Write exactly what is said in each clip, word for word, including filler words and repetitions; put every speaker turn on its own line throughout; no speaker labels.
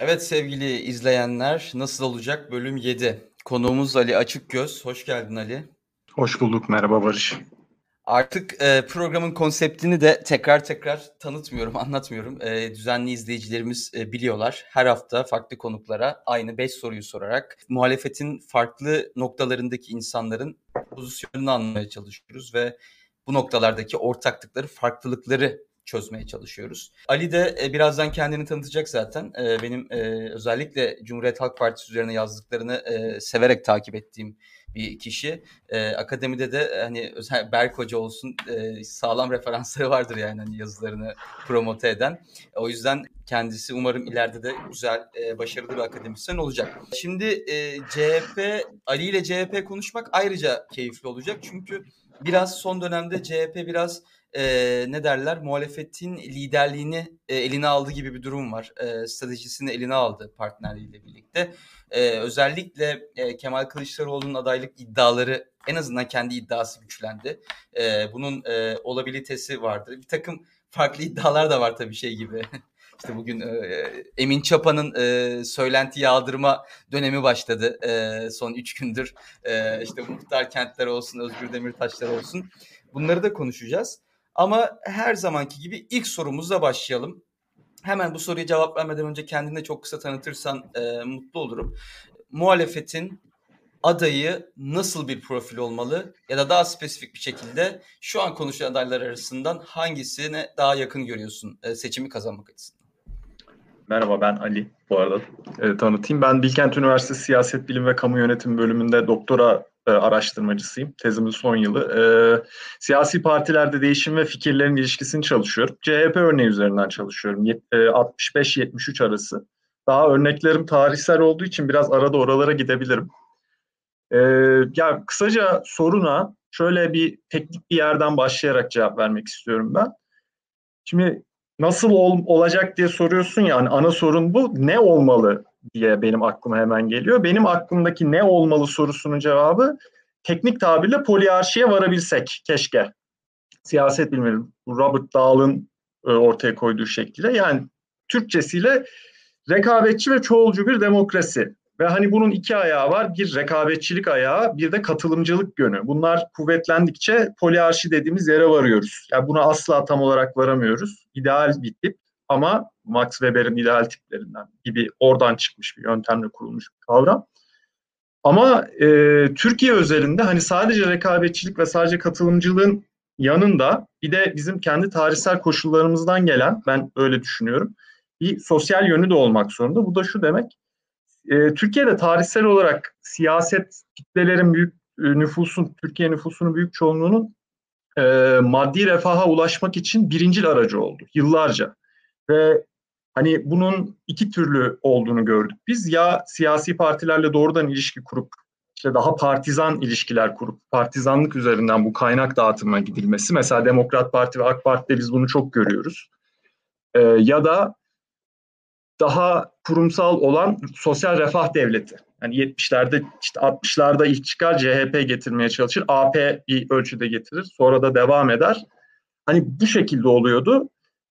Evet sevgili izleyenler, Nasıl Olacak bölüm yedi. Konuğumuz Ali Açıkgöz. Hoş geldin Ali.
Hoş bulduk. Merhaba Barış.
Artık e, programın konseptini de tekrar tekrar tanıtmıyorum, anlatmıyorum. E, düzenli izleyicilerimiz e, biliyorlar. Her hafta farklı konuklara aynı beş soruyu sorarak muhalefetin farklı noktalarındaki insanların pozisyonunu anlamaya çalışıyoruz ve bu noktalardaki ortaklıkları, farklılıkları çözmeye çalışıyoruz. Ali de e, birazdan kendini tanıtacak zaten. E, benim e, özellikle Cumhuriyet Halk Partisi üzerine yazdıklarını e, severek takip ettiğim bir kişi. E, akademide de e, hani özel Berk Hoca olsun e, sağlam referansları vardır yani hani yazılarını promote eden. O yüzden kendisi umarım ileride de güzel, e, başarılı bir akademisyen olacak. Şimdi e, C H P, Ali ile C H P konuşmak ayrıca keyifli olacak. Çünkü biraz son dönemde C H P biraz e, ne derler muhalefetin liderliğini e, eline aldı gibi bir durum var. E, stratejisini eline aldı partnerleriyle birlikte. Ee, özellikle e, Kemal Kılıçdaroğlu'nun adaylık iddiaları en azından kendi iddiası güçlendi. Ee, bunun e, olabilitesi vardı. Bir takım farklı iddialar da var tabii şey gibi. İşte bugün e, Emin Çapa'nın e, söylenti yağdırma dönemi başladı e, son üç gündür. E, işte muhtar kentler olsun, Özgür Demirtaşlar olsun. Bunları da konuşacağız. Ama her zamanki gibi ilk sorumuzla başlayalım. Hemen bu soruya cevap vermeden önce kendini de çok kısa tanıtırsan e, mutlu olurum. Muhalefetin adayı nasıl bir profil olmalı ya da daha spesifik bir şekilde şu an konuşulan adaylar arasından hangisine daha yakın görüyorsun e, seçimi kazanmak açısından?
Merhaba, ben Ali bu arada. E, tanıtayım. Ben Bilkent Üniversitesi Siyaset Bilimi ve Kamu Yönetimi bölümünde doktora e, araştırmacısıyım. Tezimin son yılı. E, siyasi partilerde değişim ve fikirlerin ilişkisini çalışıyorum. C H P örneği üzerinden çalışıyorum. E, altmış beş yetmiş üç arası. Daha örneklerim tarihsel olduğu için biraz arada oralara gidebilirim. E, ya kısaca soruna şöyle bir teknik bir yerden başlayarak cevap vermek istiyorum ben. Şimdi nasıl ol, olacak diye soruyorsun ya, hani ana sorun bu. Ne olmalı diye benim aklıma hemen geliyor. Benim aklımdaki ne olmalı sorusunun cevabı teknik tabirle poliarşiye varabilsek keşke. Siyaset bilimi Robert Dahl'ın e, ortaya koyduğu şekilde. Yani Türkçesiyle rekabetçi ve çoğulcu bir demokrasi. Ve hani bunun iki ayağı var. Bir rekabetçilik ayağı, bir de katılımcılık yönü. Bunlar kuvvetlendikçe poliarşi dediğimiz yere varıyoruz. Yani buna asla tam olarak varamıyoruz. İdeal bir tip ama Max Weber'in ideal tiplerinden gibi oradan çıkmış bir yöntemle kurulmuş bir kavram. Ama e, Türkiye özelinde hani sadece rekabetçilik ve sadece katılımcılığın yanında bir de bizim kendi tarihsel koşullarımızdan gelen, ben öyle düşünüyorum, bir sosyal yönü de olmak zorunda. Bu da şu demek: e, Türkiye'de tarihsel olarak siyaset kitlelerin büyük e, nüfusun, Türkiye nüfusunun büyük çoğunluğunun e, maddi refaha ulaşmak için birincil aracı oldu yıllarca. Ve hani bunun iki türlü olduğunu gördük. Biz ya siyasi partilerle doğrudan ilişki kurup işte daha partizan ilişkiler kurup partizanlık üzerinden bu kaynak dağıtımına gidilmesi. Mesela Demokrat Parti ve AK Parti'de biz bunu çok görüyoruz. E, ya da daha kurumsal olan sosyal refah devleti. Yani yetmişlerde işte altmışlarda ilk çıkar, C H P getirmeye çalışır. A P bir ölçüde getirir. Sonra da devam eder. Hani bu şekilde oluyordu.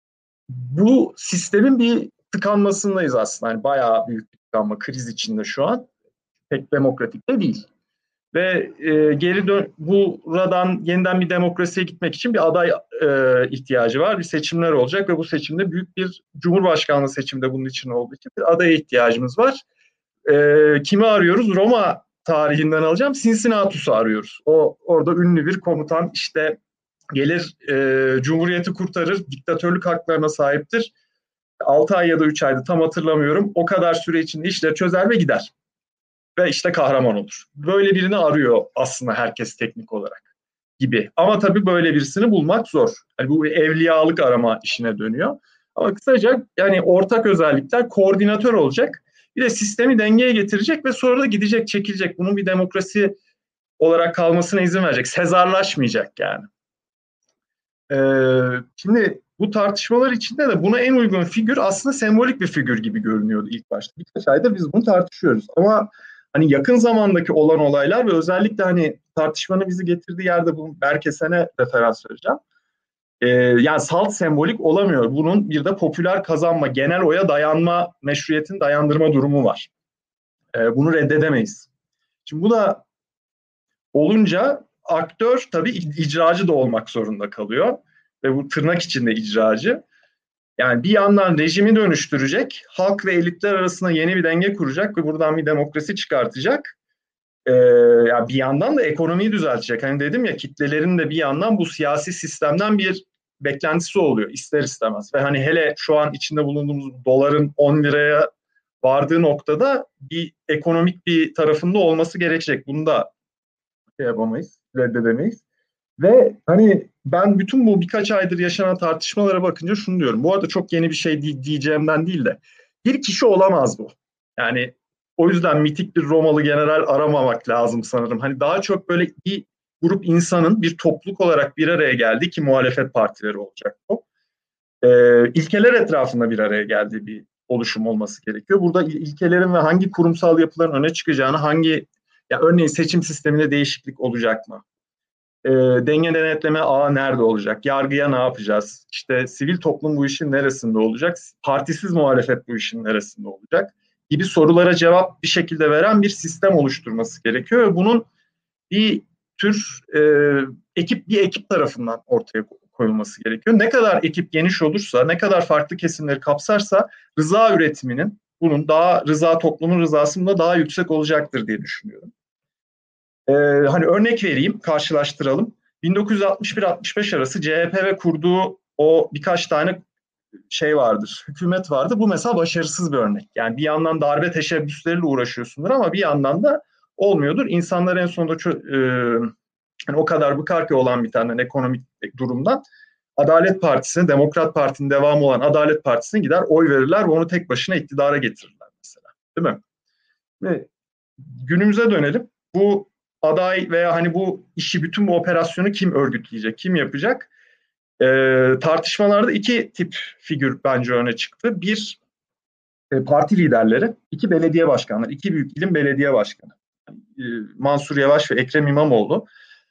Bu sistemin bir tıkanmasındayız aslında. Yani bayağı büyük bir tıkanma, kriz içinde şu an. Pek demokratik de değil. Ve e, geri dön buradan yeniden bir demokrasiye gitmek için bir aday e, ihtiyacı var. Bir seçimler olacak ve bu seçimde büyük bir Cumhurbaşkanlığı seçimde bunun için olduğu için bir adaya ihtiyacımız var. E, kimi arıyoruz? Roma tarihinden alacağım. Cincinnatus'u arıyoruz. O orada ünlü bir komutan, işte gelir, e, Cumhuriyeti kurtarır, diktatörlük haklarına sahiptir. altı ay ya da üç ayda tam hatırlamıyorum. O kadar süre içinde işleri çözer ve gider. Ve işte kahraman olur. Böyle birini arıyor aslında herkes teknik olarak gibi. Ama tabii böyle birisini bulmak zor. Yani bu evliyalık arama işine dönüyor. Ama kısaca yani ortak özellikler: koordinatör olacak. Bir de sistemi dengeye getirecek ve sonra da gidecek, çekilecek. Bunun bir demokrasi olarak kalmasına izin verecek. Sezarlaşmayacak yani. Ee, şimdi bu tartışmalar içinde de buna en uygun figür aslında sembolik bir figür gibi görünüyordu ilk başta. Birkaç aydır biz bunu tartışıyoruz. Ama hani yakın zamandaki olan olaylar ve özellikle hani tartışmanın bizi getirdiği yerde bu Berkesen'e referans vereceğim. e, yani salt sembolik olamıyor. Bunun bir de popüler kazanma, genel oya dayanma, meşruiyetin dayandırma durumu var. E, bunu reddedemeyiz. Şimdi bu da olunca aktör tabii icracı da olmak zorunda kalıyor. Ve bu tırnak içinde icracı. Yani bir yandan rejimi dönüştürecek, halk ve elitler arasında yeni bir denge kuracak ve buradan bir demokrasi çıkartacak. Ee, yani bir yandan da ekonomiyi düzeltecek. Hani dedim ya, kitlelerin de bir yandan bu siyasi sistemden bir beklentisi oluyor ister istemez. Ve hani hele şu an içinde bulunduğumuz doların on liraya vardığı noktada bir ekonomik bir tarafında olması gerekecek. Bunu da şey yapamayız, reddedemeyiz. Ve hani ben bütün bu birkaç aydır yaşanan tartışmalara bakınca şunu diyorum. Bu arada çok yeni bir şey diyeceğimden değil de bir kişi olamaz bu. Yani o yüzden mitik bir Romalı general aramamak lazım sanırım. Hani daha çok böyle bir grup insanın bir topluluk olarak bir araya geldiği, ki muhalefet partileri olacak bu. Ee, ilkeler etrafında bir araya geldiği bir oluşum olması gerekiyor. Burada ilkelerin ve hangi kurumsal yapıların öne çıkacağını, hangi ya örneğin seçim sisteminde değişiklik olacak mı? E, denge denetleme ağı nerede olacak? Yargıya ne yapacağız? İşte sivil toplum bu işin neresinde olacak? Partisiz muhalefet bu işin neresinde olacak? Gibi sorulara cevap bir şekilde veren bir sistem oluşturması gerekiyor. Ve bunun bir tür e, ekip bir ekip tarafından ortaya koyulması gerekiyor. Ne kadar ekip geniş olursa, ne kadar farklı kesimleri kapsarsa rıza üretiminin, bunun daha rıza toplumun rızasının da daha yüksek olacaktır diye düşünüyorum. Ee, hani örnek vereyim, karşılaştıralım. bin dokuz yüz altmış bir altmış beş arası C H P ve kurduğu o birkaç tane şey vardır, hükümet vardı. Bu mesela başarısız bir örnek. Yani bir yandan darbe teşebbüsleriyle uğraşıyorsundur ama bir yandan da olmuyordur. İnsanlar en sonunda çö- e, yani o kadar bıkar ki olan bir tane ekonomik durumdan Adalet Partisi'ne, Demokrat Parti'nin devamı olan Adalet Partisi'ne gider, oy verirler ve onu tek başına iktidara getirirler mesela. Değil mi? Ve günümüze dönelim. Bu aday veya hani bu işi, bütün bu operasyonu kim örgütleyecek, kim yapacak? Ee, tartışmalarda iki tip figür bence öne çıktı. Bir, e, parti liderleri, iki belediye başkanları, iki büyük ilin belediye başkanı. Ee, Mansur Yavaş ve Ekrem İmamoğlu.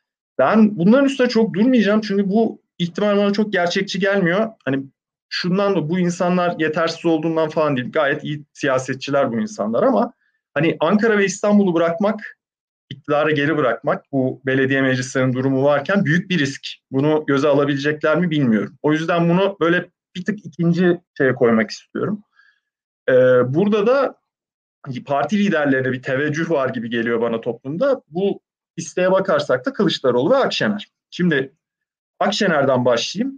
Ben bunların üstüne çok durmayacağım çünkü bu ihtimal bana çok gerçekçi gelmiyor. Hani şundan da bu insanlar yetersiz olduğundan falan değil. Gayet iyi siyasetçiler bu insanlar ama hani Ankara ve İstanbul'u bırakmak, iktidara geri bırakmak, bu belediye meclislerinin durumu varken büyük bir risk. Bunu göze alabilecekler mi bilmiyorum. O yüzden bunu böyle bir tık ikinci şeye koymak istiyorum. Ee, burada da parti liderlerine bir teveccüh var gibi geliyor bana toplumda. Bu isteğe bakarsak da Kılıçdaroğlu ve Akşener. Şimdi Akşener'den başlayayım.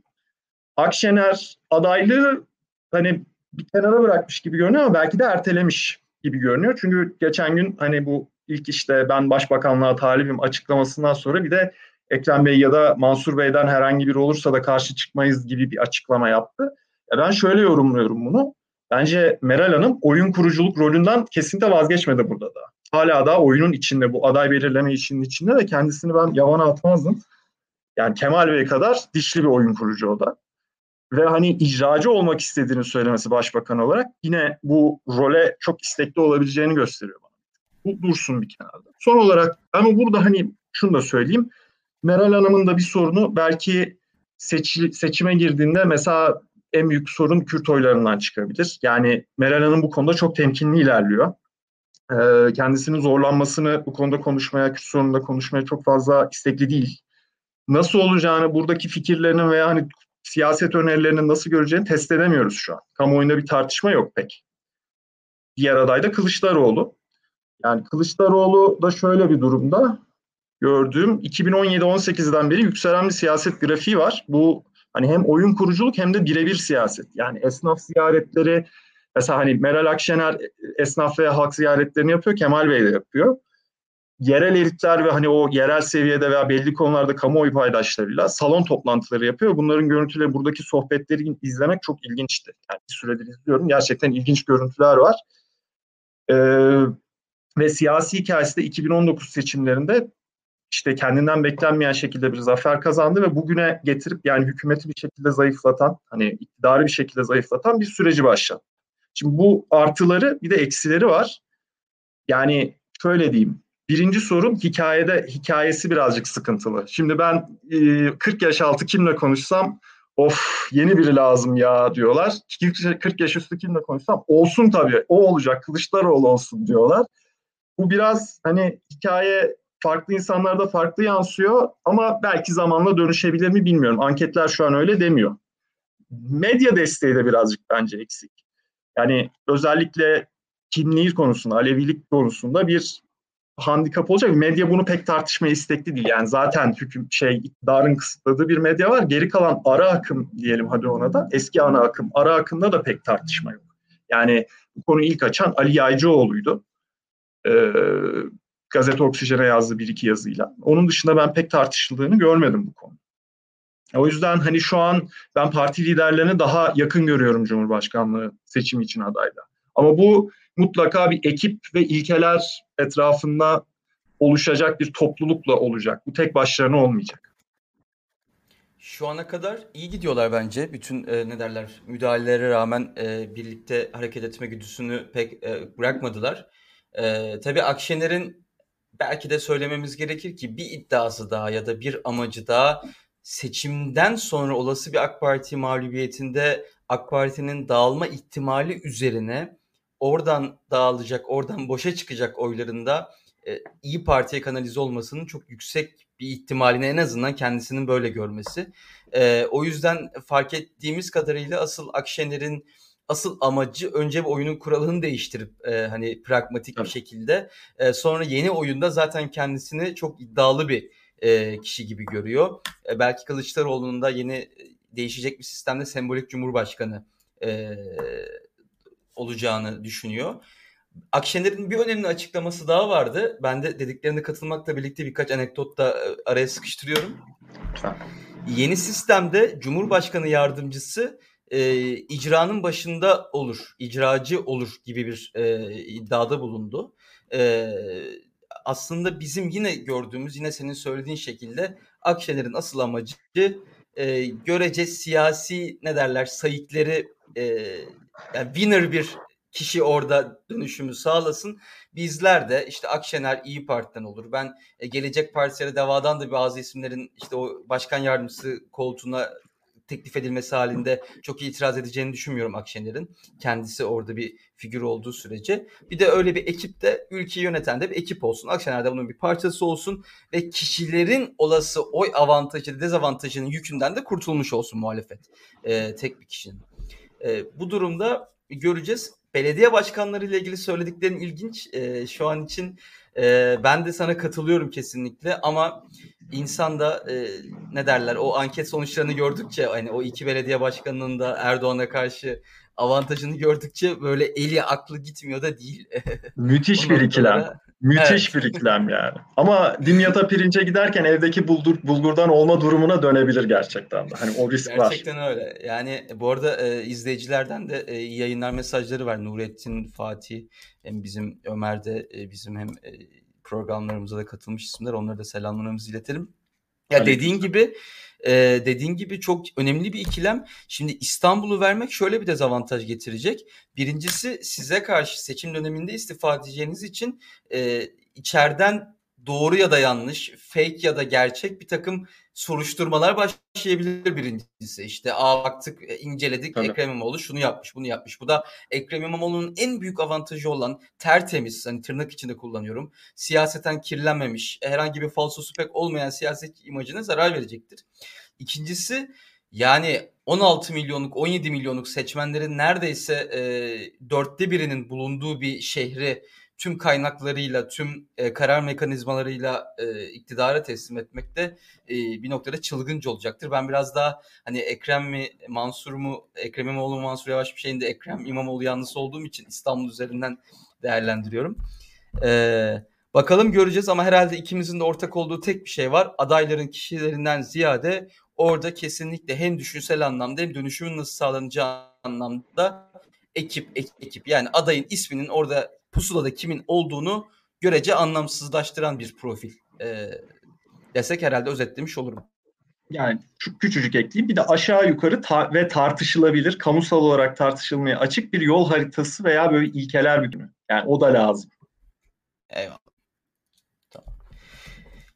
Akşener adaylığı hani bir kenara bırakmış gibi görünüyor ama belki de ertelemiş gibi görünüyor. Çünkü geçen gün hani bu ilk işte ben başbakanlığa talibim açıklamasından sonra bir de Ekrem Bey ya da Mansur Bey'den herhangi biri olursa da karşı çıkmayız gibi bir açıklama yaptı. Ya ben şöyle yorumluyorum bunu. Bence Meral Hanım oyun kuruculuk rolünden kesinlikle vazgeçmedi burada da. Hala da oyunun içinde, bu aday belirleme işinin içinde ve kendisini ben yabana atmazdım. Yani Kemal Bey kadar dişli bir oyun kurucu o da. Ve hani icracı olmak istediğini söylemesi başbakan olarak yine bu role çok istekli olabileceğini gösteriyor bana. Bu dursun bir kenarda. Son olarak ama burada hani şunu da söyleyeyim. Meral Hanım'ın da bir sorunu belki seçi, seçime girdiğinde mesela en büyük sorun Kürt oylarından çıkabilir. Yani Meral Hanım bu konuda çok temkinli ilerliyor. Ee, kendisinin zorlanmasını bu konuda konuşmaya, Kürt sorununda konuşmaya çok fazla istekli değil. Nasıl olacağını, buradaki fikirlerinin veya hani siyaset önerilerini nasıl göreceğini test edemiyoruz şu an. Kamuoyunda bir tartışma yok pek. Diğer aday da Kılıçdaroğlu. Yani Kılıçdaroğlu da şöyle bir durumda gördüğüm iki bin on yedi on sekizden beri yükselen bir siyaset grafiği var. Bu hani hem oyun kuruculuk hem de birebir siyaset. Yani esnaf ziyaretleri, mesela hani Meral Akşener esnaf ve halk ziyaretlerini yapıyor, Kemal Bey de yapıyor. Yerel elitler ve hani o yerel seviyede veya belli konularda kamuoyu paydaşlarıyla salon toplantıları yapıyor. Bunların görüntüleri, buradaki sohbetleri izlemek çok ilginçti. Yani bir süredir izliyorum. Gerçekten ilginç görüntüler var. Ee, ve siyasi hikayesi de iki bin on dokuz seçimlerinde işte kendinden beklenmeyen şekilde bir zafer kazandı ve bugüne getirip yani hükümeti bir şekilde zayıflatan, hani iktidarı bir şekilde zayıflatan bir süreci başlattı. Şimdi bu artıları bir de eksileri var. Yani şöyle diyeyim. Birinci sorun hikayede, hikayesi birazcık sıkıntılı. Şimdi ben e, kırk yaş altı kimle konuşsam of yeni biri lazım ya diyorlar. kırk yaş üstü kimle konuşsam olsun tabii o olacak Kılıçdaroğlu olsun diyorlar. Bu biraz hani hikaye farklı insanlarda farklı yansıyor ama belki zamanla dönüşebilir mi bilmiyorum. Anketler şu an öyle demiyor. Medya desteği de birazcık bence eksik. Yani özellikle kimliği konusunda, Alevilik konusunda bir handikap olacak. Medya bunu pek tartışmaya istekli değil. Yani zaten hüküm şey iktidarın kısıtladığı bir medya var. Geri kalan ara akım diyelim hadi ona da. Eski ana akım, ara akımda da pek tartışma yok. Yani bu konuyu ilk açan Ali Yaycıoğlu'ydu. Ee, Gazete Oksijen'e yazdığı bir iki yazıyla. Onun dışında ben pek tartışıldığını görmedim bu konu. O yüzden hani şu an ben parti liderlerini daha yakın görüyorum Cumhurbaşkanlığı seçimi için adayda. Ama bu mutlaka bir ekip ve ilkeler etrafında oluşacak bir toplulukla olacak. Bu tek başlarına olmayacak.
Şu ana kadar iyi gidiyorlar bence. Bütün e, ne derler müdahalelere rağmen e, birlikte hareket etme güdüsünü pek e, bırakmadılar. E, tabii Akşener'in belki de söylememiz gerekir ki bir iddiası daha ya da bir amacı daha seçimden sonra olası bir AK Parti mağlubiyetinde AK Parti'nin dağılma ihtimali üzerine oradan dağılacak, oradan boşa çıkacak oylarında e, İyi Parti'ye kanalize olmasının çok yüksek bir ihtimalini en azından kendisinin böyle görmesi. E, o yüzden fark ettiğimiz kadarıyla asıl Akşener'in asıl amacı önce bir oyunun kuralını değiştirip e, hani pragmatik bir
Evet.
şekilde e, sonra yeni oyunda zaten kendisini çok iddialı bir e, kişi gibi görüyor. E, belki Kılıçdaroğlu'nun da yeni değişecek bir sistemde sembolik cumhurbaşkanı e, olacağını düşünüyor. Akşener'in bir önemli açıklaması daha vardı. Ben de dediklerine katılmakla birlikte birkaç anekdot da araya sıkıştırıyorum.
Lütfen.
Yeni sistemde Cumhurbaşkanı yardımcısı e, icranın başında olur, icracı olur gibi bir e, iddiada bulundu. E, aslında bizim yine gördüğümüz, yine senin söylediğin şekilde Akşener'in asıl amacı e, görece siyasi ne derler sayıkları e, yani winner bir kişi orada dönüşümü sağlasın. Bizler de işte Akşener İyi Parti'den olur. Ben e, Gelecek Partisi'ne Deva'dan da bazı isimlerin işte o başkan yardımcısı koltuğuna teklif edilmesi halinde çok itiraz edeceğini düşünmüyorum Akşener'in. Kendisi orada bir figür olduğu sürece. Bir de öyle bir ekip de ülkeyi yöneten de bir ekip olsun. Akşener de bunun bir parçası olsun ve kişilerin olası oy avantajı, dezavantajının yükünden de kurtulmuş olsun muhalefet. Ee, tek bir kişinin. Ee, bu durumda göreceğiz. Belediye başkanları ile ilgili söylediklerin ilginç. Ee, şu an için e, ben de sana katılıyorum kesinlikle ama insan da e, ne derler o anket sonuçlarını gördükçe hani o iki belediye başkanının da Erdoğan'a karşı avantajını gördükçe böyle eli aklı gitmiyor da değil. O
Müthiş bir ikilem.
noktalara
Müthiş
evet.
bir ikilem yani. Ama dimyata pirince giderken evdeki bulgur, bulgurdan olma durumuna dönebilir gerçekten de. Hani o risk var.
Gerçekten öyle. Yani bu arada e, izleyicilerden de e, iyi yayınlar mesajları var. Nurettin, Fatih, hem bizim Ömer de e, bizim hem e, programlarımıza da katılmış isimler. Onlara da selamlarımızı iletelim. Ya dediğin
Aleykümselam.
gibi e, dediğin gibi çok önemli bir ikilem. Şimdi İstanbul'u vermek şöyle bir dezavantaj getirecek. Birincisi size karşı seçim döneminde istifa edeceğiniz için e, içeriden doğru ya da yanlış, fake ya da gerçek bir takım soruşturmalar başlayabilir birincisi. İşte aa baktık inceledik
Tabii.
Ekrem İmamoğlu şunu yapmış bunu yapmış. Bu da Ekrem İmamoğlu'nun en büyük avantajı olan tertemiz hani tırnak içinde kullanıyorum siyaseten kirlenmemiş, herhangi bir falsosu pek olmayan siyaset imajına zarar verecektir. İkincisi yani on altı milyonluk, on yedi milyonluk seçmenlerin neredeyse e, dörtte birinin bulunduğu bir şehri tüm kaynaklarıyla, tüm e, karar mekanizmalarıyla e, iktidara teslim etmek de e, bir noktada çılgınca olacaktır. Ben biraz daha hani Ekrem mi, Mansur mu, Ekrem İmamoğlu mu, Mansur Yavaş bir şeyinde Ekrem İmamoğlu yanlısı olduğum için İstanbul üzerinden değerlendiriyorum. Ee, bakalım göreceğiz ama herhalde ikimizin de ortak olduğu tek bir şey var. Adayların kişilerinden ziyade orada kesinlikle hem düşünsel anlamda hem dönüşümün nasıl sağlanacağı anlamda ekip, ekip, ekip. Yani adayın isminin orada pusulada kimin olduğunu görece anlamsızlaştıran bir profil ee, desek herhalde özetlemiş olurum.
Yani şu küçücük ekleyeyim. Bir de aşağı yukarı ta- ve tartışılabilir, kamusal olarak tartışılmaya açık bir yol haritası veya böyle ilkeler bütünü. Yani o da lazım.
Eyvallah. Tamam.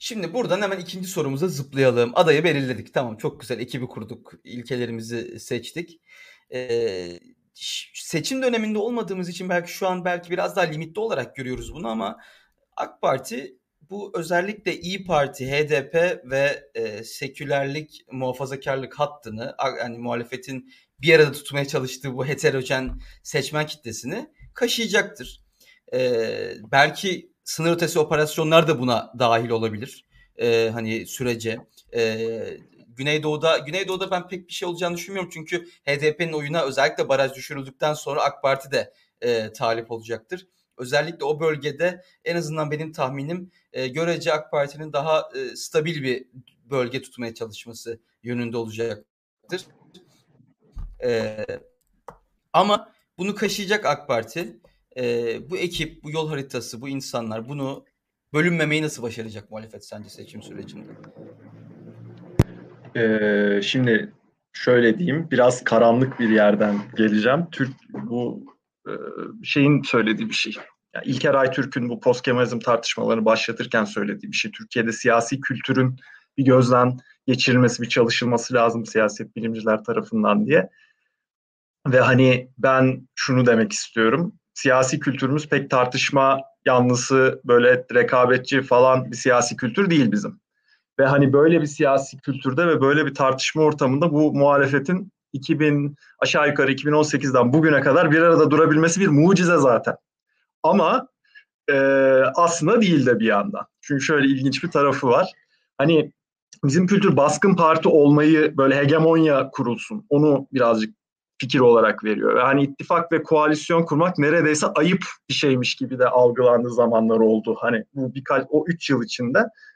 Şimdi buradan hemen ikinci sorumuza zıplayalım. Adayı belirledik. Tamam, çok güzel. Ekibi kurduk. İlkelerimizi seçtik. Ee, seçim döneminde olmadığımız için belki şu an belki biraz daha limitli olarak görüyoruz bunu ama AK Parti bu özellikle İyi Parti, H D P ve e, sekülerlik, muhafazakarlık hattını, yani muhalefetin bir arada tutmaya çalıştığı bu heterojen seçmen kitlesini kaşıyacaktır. Ee, belki sınır ötesi operasyonlar da buna dahil olabilir. Ee, hani sürece. Ee, Güneydoğu'da Güneydoğu'da ben pek bir şey olacağını düşünmüyorum. Çünkü H D P'nin oyuna özellikle baraj düşürüldükten sonra AK Parti de e, talip olacaktır. Özellikle o bölgede en azından benim tahminim e, görece AK Parti'nin daha e, stabil bir bölge tutmaya çalışması yönünde olacaktır. E, ama bunu kaşıyacak AK Parti. E, bu ekip, bu yol haritası, bu insanlar bunu bölünmemeyi nasıl başaracak muhalefet sence seçim sürecinde?
Ee, şimdi şöyle diyeyim, biraz karanlık bir yerden geleceğim. Türk bu e, şeyin söylediği bir şey. Yani İlker Aytürk'ün bu postkemalizm tartışmalarını başlatırken söylediği bir şey. Türkiye'de siyasi kültürün bir gözden geçirilmesi, bir çalışılması lazım siyaset bilimciler tarafından diye. Ve hani ben şunu demek istiyorum. Siyasi kültürümüz pek tartışma yanlısı, böyle rekabetçi falan bir siyasi kültür değil bizim. Ve hani böyle bir siyasi kültürde ve böyle bir tartışma ortamında bu muhalefetin iki bin aşağı yukarı iki bin on sekizden bugüne kadar bir arada durabilmesi bir mucize zaten. Ama e, aslında değil de bir yandan. Çünkü şöyle ilginç bir tarafı var. Hani bizim kültür baskın parti olmayı, böyle hegemonya kurulsun, onu birazcık fikir olarak veriyor. Ve hani ittifak ve koalisyon kurmak neredeyse ayıp bir şeymiş gibi de algılandığı zamanlar oldu. Hani bu birkaç o üç yıl içinde.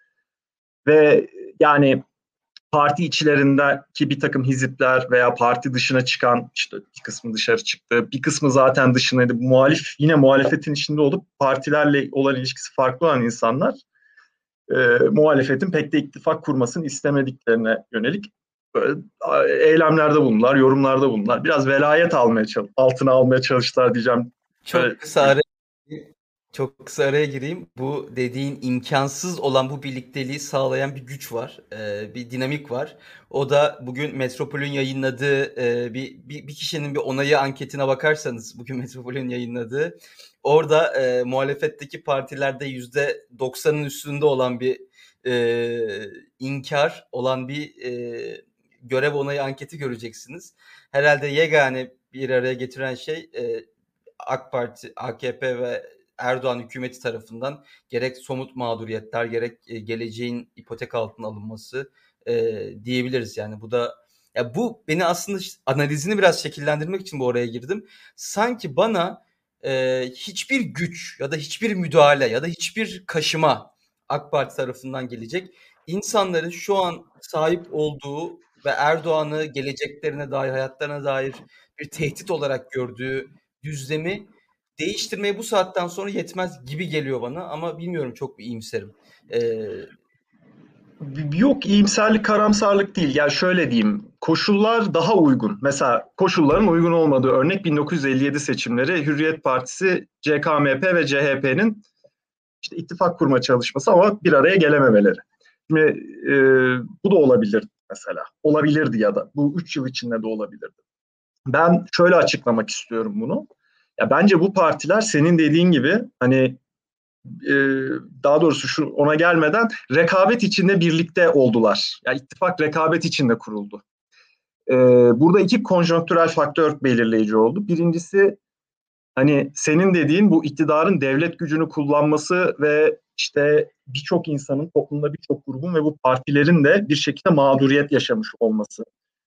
Ve yani parti içlerindeki bir takım hizipler veya parti dışına çıkan, işte bir kısmı dışarı çıktı, bir kısmı zaten dışındaydı. Muhalif, yine muhalefetin içinde olup partilerle olan ilişkisi farklı olan insanlar e, muhalefetin pek de ittifak kurmasını istemediklerine yönelik böyle, eylemlerde bulundular, yorumlarda bulundular. Biraz velayet almaya altına almaya çalıştılar diyeceğim.
Çok kısa araya çok kısa araya gireyim. Bu dediğin imkansız olan bu birlikteliği sağlayan bir güç var, ee, bir dinamik var. O da bugün Metropol'ün yayınladığı e, bir, bir bir kişinin bir onayı anketine bakarsanız, bugün Metropol'ün yayınladığı, orada e, muhalefetteki partilerde yüzde doksanın üstünde olan bir e, inkar olan bir e, görev onayı anketi göreceksiniz. Herhalde yegane bir araya getiren şey e, AK Parti, A K P ve Erdoğan hükümeti tarafından gerek somut mağduriyetler gerek e, geleceğin ipotek altına alınması e, diyebiliriz. Yani bu da, ya bu beni aslında analizini biraz şekillendirmek için bu oraya girdim. Sanki bana e, hiçbir güç ya da hiçbir müdahale ya da hiçbir kaşıma AK Parti tarafından gelecek insanların şu an sahip olduğu ve Erdoğan'ı geleceklerine dair, hayatlarına dair bir tehdit olarak gördüğü düzlemi değiştirmeye bu saatten sonra yetmez gibi geliyor bana ama bilmiyorum, çok bir iyimserim. Ee,
Yok, iyimserlik, karamsarlık değil. Yani şöyle diyeyim, koşullar daha uygun. Mesela koşulların uygun olmadığı örnek bin dokuz yüz elli yedi seçimleri, Hürriyet Partisi, C K M P ve C H P'nin işte ittifak kurma çalışması ama bir araya gelememeleri. Şimdi e, bu da olabilir mesela. Olabilirdi ya da bu üç yıl içinde de olabilirdi. Ben şöyle açıklamak istiyorum bunu. Ya bence bu partiler senin dediğin gibi hani e, daha doğrusu şu ona gelmeden rekabet içinde birlikte oldular. Ya ittifak rekabet içinde kuruldu. E, burada iki konjonktürel faktör belirleyici oldu. Birincisi hani senin dediğin bu iktidarın devlet gücünü kullanması ve işte birçok insanın, toplumda birçok grubun ve bu partilerin de bir şekilde mağduriyet yaşamış olması.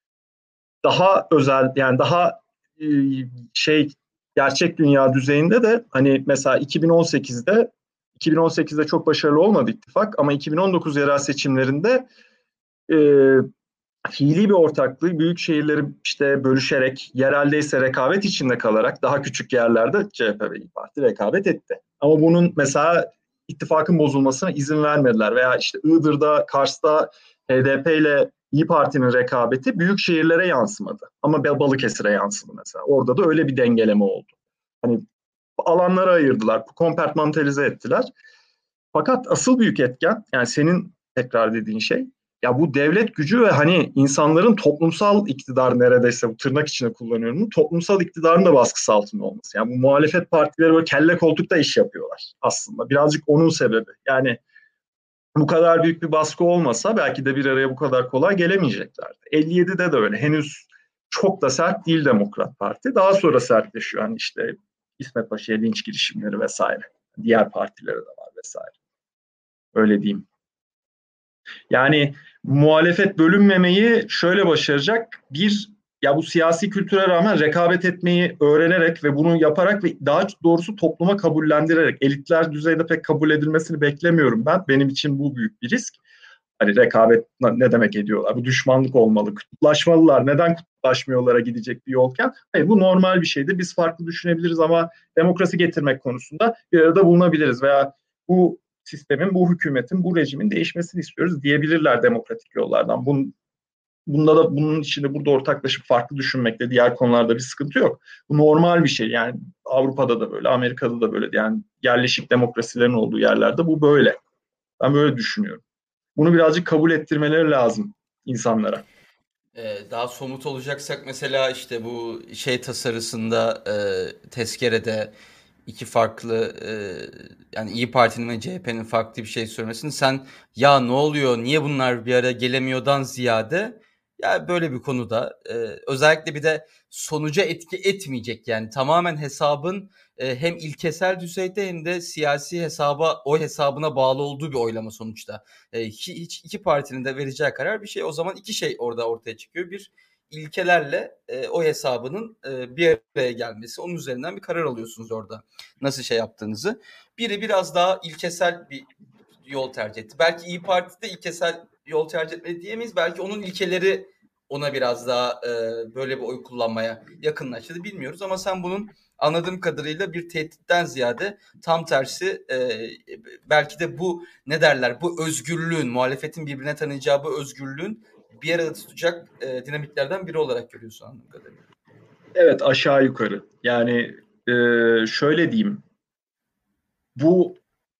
Daha özel, yani daha e, şey, gerçek dünya düzeyinde de hani mesela iki bin on sekizde iki bin on sekizde çok başarılı olmadı ittifak ama iki bin on dokuz yerel seçimlerinde e, fiili bir ortaklığı büyük şehirleri işte bölüşerek, yerelde ise rekabet içinde kalarak daha küçük yerlerde C H P ve İYİ Parti rekabet etti. Ama bunun mesela ittifakın bozulmasına izin vermediler veya işte Iğdır'da, Kars'ta H D P ile İYİ Parti'nin rekabeti büyük şehirlere yansımadı. Ama Balıkesir'e yansıdı mesela. Orada da öyle bir dengeleme oldu. Hani alanlara ayırdılar, kompartmantalize ettiler. Fakat asıl büyük etken, yani senin tekrar dediğin şey, ya bu devlet gücü ve hani insanların toplumsal iktidar, neredeyse bu tırnak içine kullanıyorum, toplumsal iktidarın da baskısı altında olması. Yani bu muhalefet partileri böyle kelle koltukta iş yapıyorlar aslında. Birazcık onun sebebi. Yani bu kadar büyük bir baskı olmasa belki de bir araya bu kadar kolay gelemeyeceklerdi. elli yedide de öyle. Henüz çok da sert değil Demokrat Parti. Daha sonra sertleşiyor. Yani işte İsmet Paşa'ya linç girişimleri vesaire. Diğer partilere de var vesaire. Öyle diyeyim. Yani muhalefet bölünmemeyi şöyle başaracak. Bir, ya bu siyasi kültüre rağmen rekabet etmeyi öğrenerek ve bunu yaparak ve daha doğrusu topluma kabullendirerek, elitler düzeyde pek kabul edilmesini beklemiyorum ben. Benim için bu büyük bir risk. Hani rekabet ne demek ediyorlar? Bu düşmanlık olmalı. Kutuplaşmalılar. Neden kutuplaşmıyorlara gidecek bir yolken? Hayır, bu normal bir şeydir. Biz farklı düşünebiliriz ama demokrasi getirmek konusunda bir arada bulunabiliriz veya bu sistemin, bu hükümetin, bu rejimin değişmesini istiyoruz diyebilirler demokratik yollardan. Bunun, bunda da bunun içinde burada ortaklaşıp farklı düşünmekte diğer konularda bir sıkıntı yok. Bu normal bir şey. Yani Avrupa'da da böyle, Amerika'da da böyle. Yani yerleşik demokrasilerin olduğu yerlerde bu böyle. Ben böyle düşünüyorum. Bunu birazcık kabul ettirmeleri lazım insanlara.
Ee, daha somut olacaksak mesela işte bu şey tasarısında e, tezkerede iki farklı e, yani İyi Parti'nin ve C H P'nin farklı bir şey söylemesini sen ya ne oluyor niye bunlar bir araya gelemiyordan ziyade ya böyle bir konuda e, özellikle bir de sonuca etki etmeyecek yani tamamen hesabın e, hem ilkesel düzeyde hem de siyasi hesaba o hesabına bağlı olduğu bir oylama sonuçta. E, hiç iki partinin de vereceği karar bir şey. O zaman iki şey orada ortaya çıkıyor. Bir ilkelerle e, o hesabının e, bir araya gelmesi. Onun üzerinden bir karar alıyorsunuz orada. Nasıl şey yaptığınızı. Biri biraz daha ilkesel bir yol tercih etti. Belki İyi Parti de ilkesel yol tercih etmedi diyemeyiz. Belki onun ilkeleri ona biraz daha e, böyle bir oy kullanmaya yakınlaştırdı bilmiyoruz. Ama sen bunun anladığım kadarıyla bir tehditten ziyade tam tersi e, belki de bu ne derler bu özgürlüğün muhalefetin birbirine tanıyacağı bu özgürlüğün bir arada tutacak e, dinamiklerden biri olarak görüyorsun anladığım kadarıyla.
Evet, aşağı yukarı. Yani e, şöyle diyeyim. Bu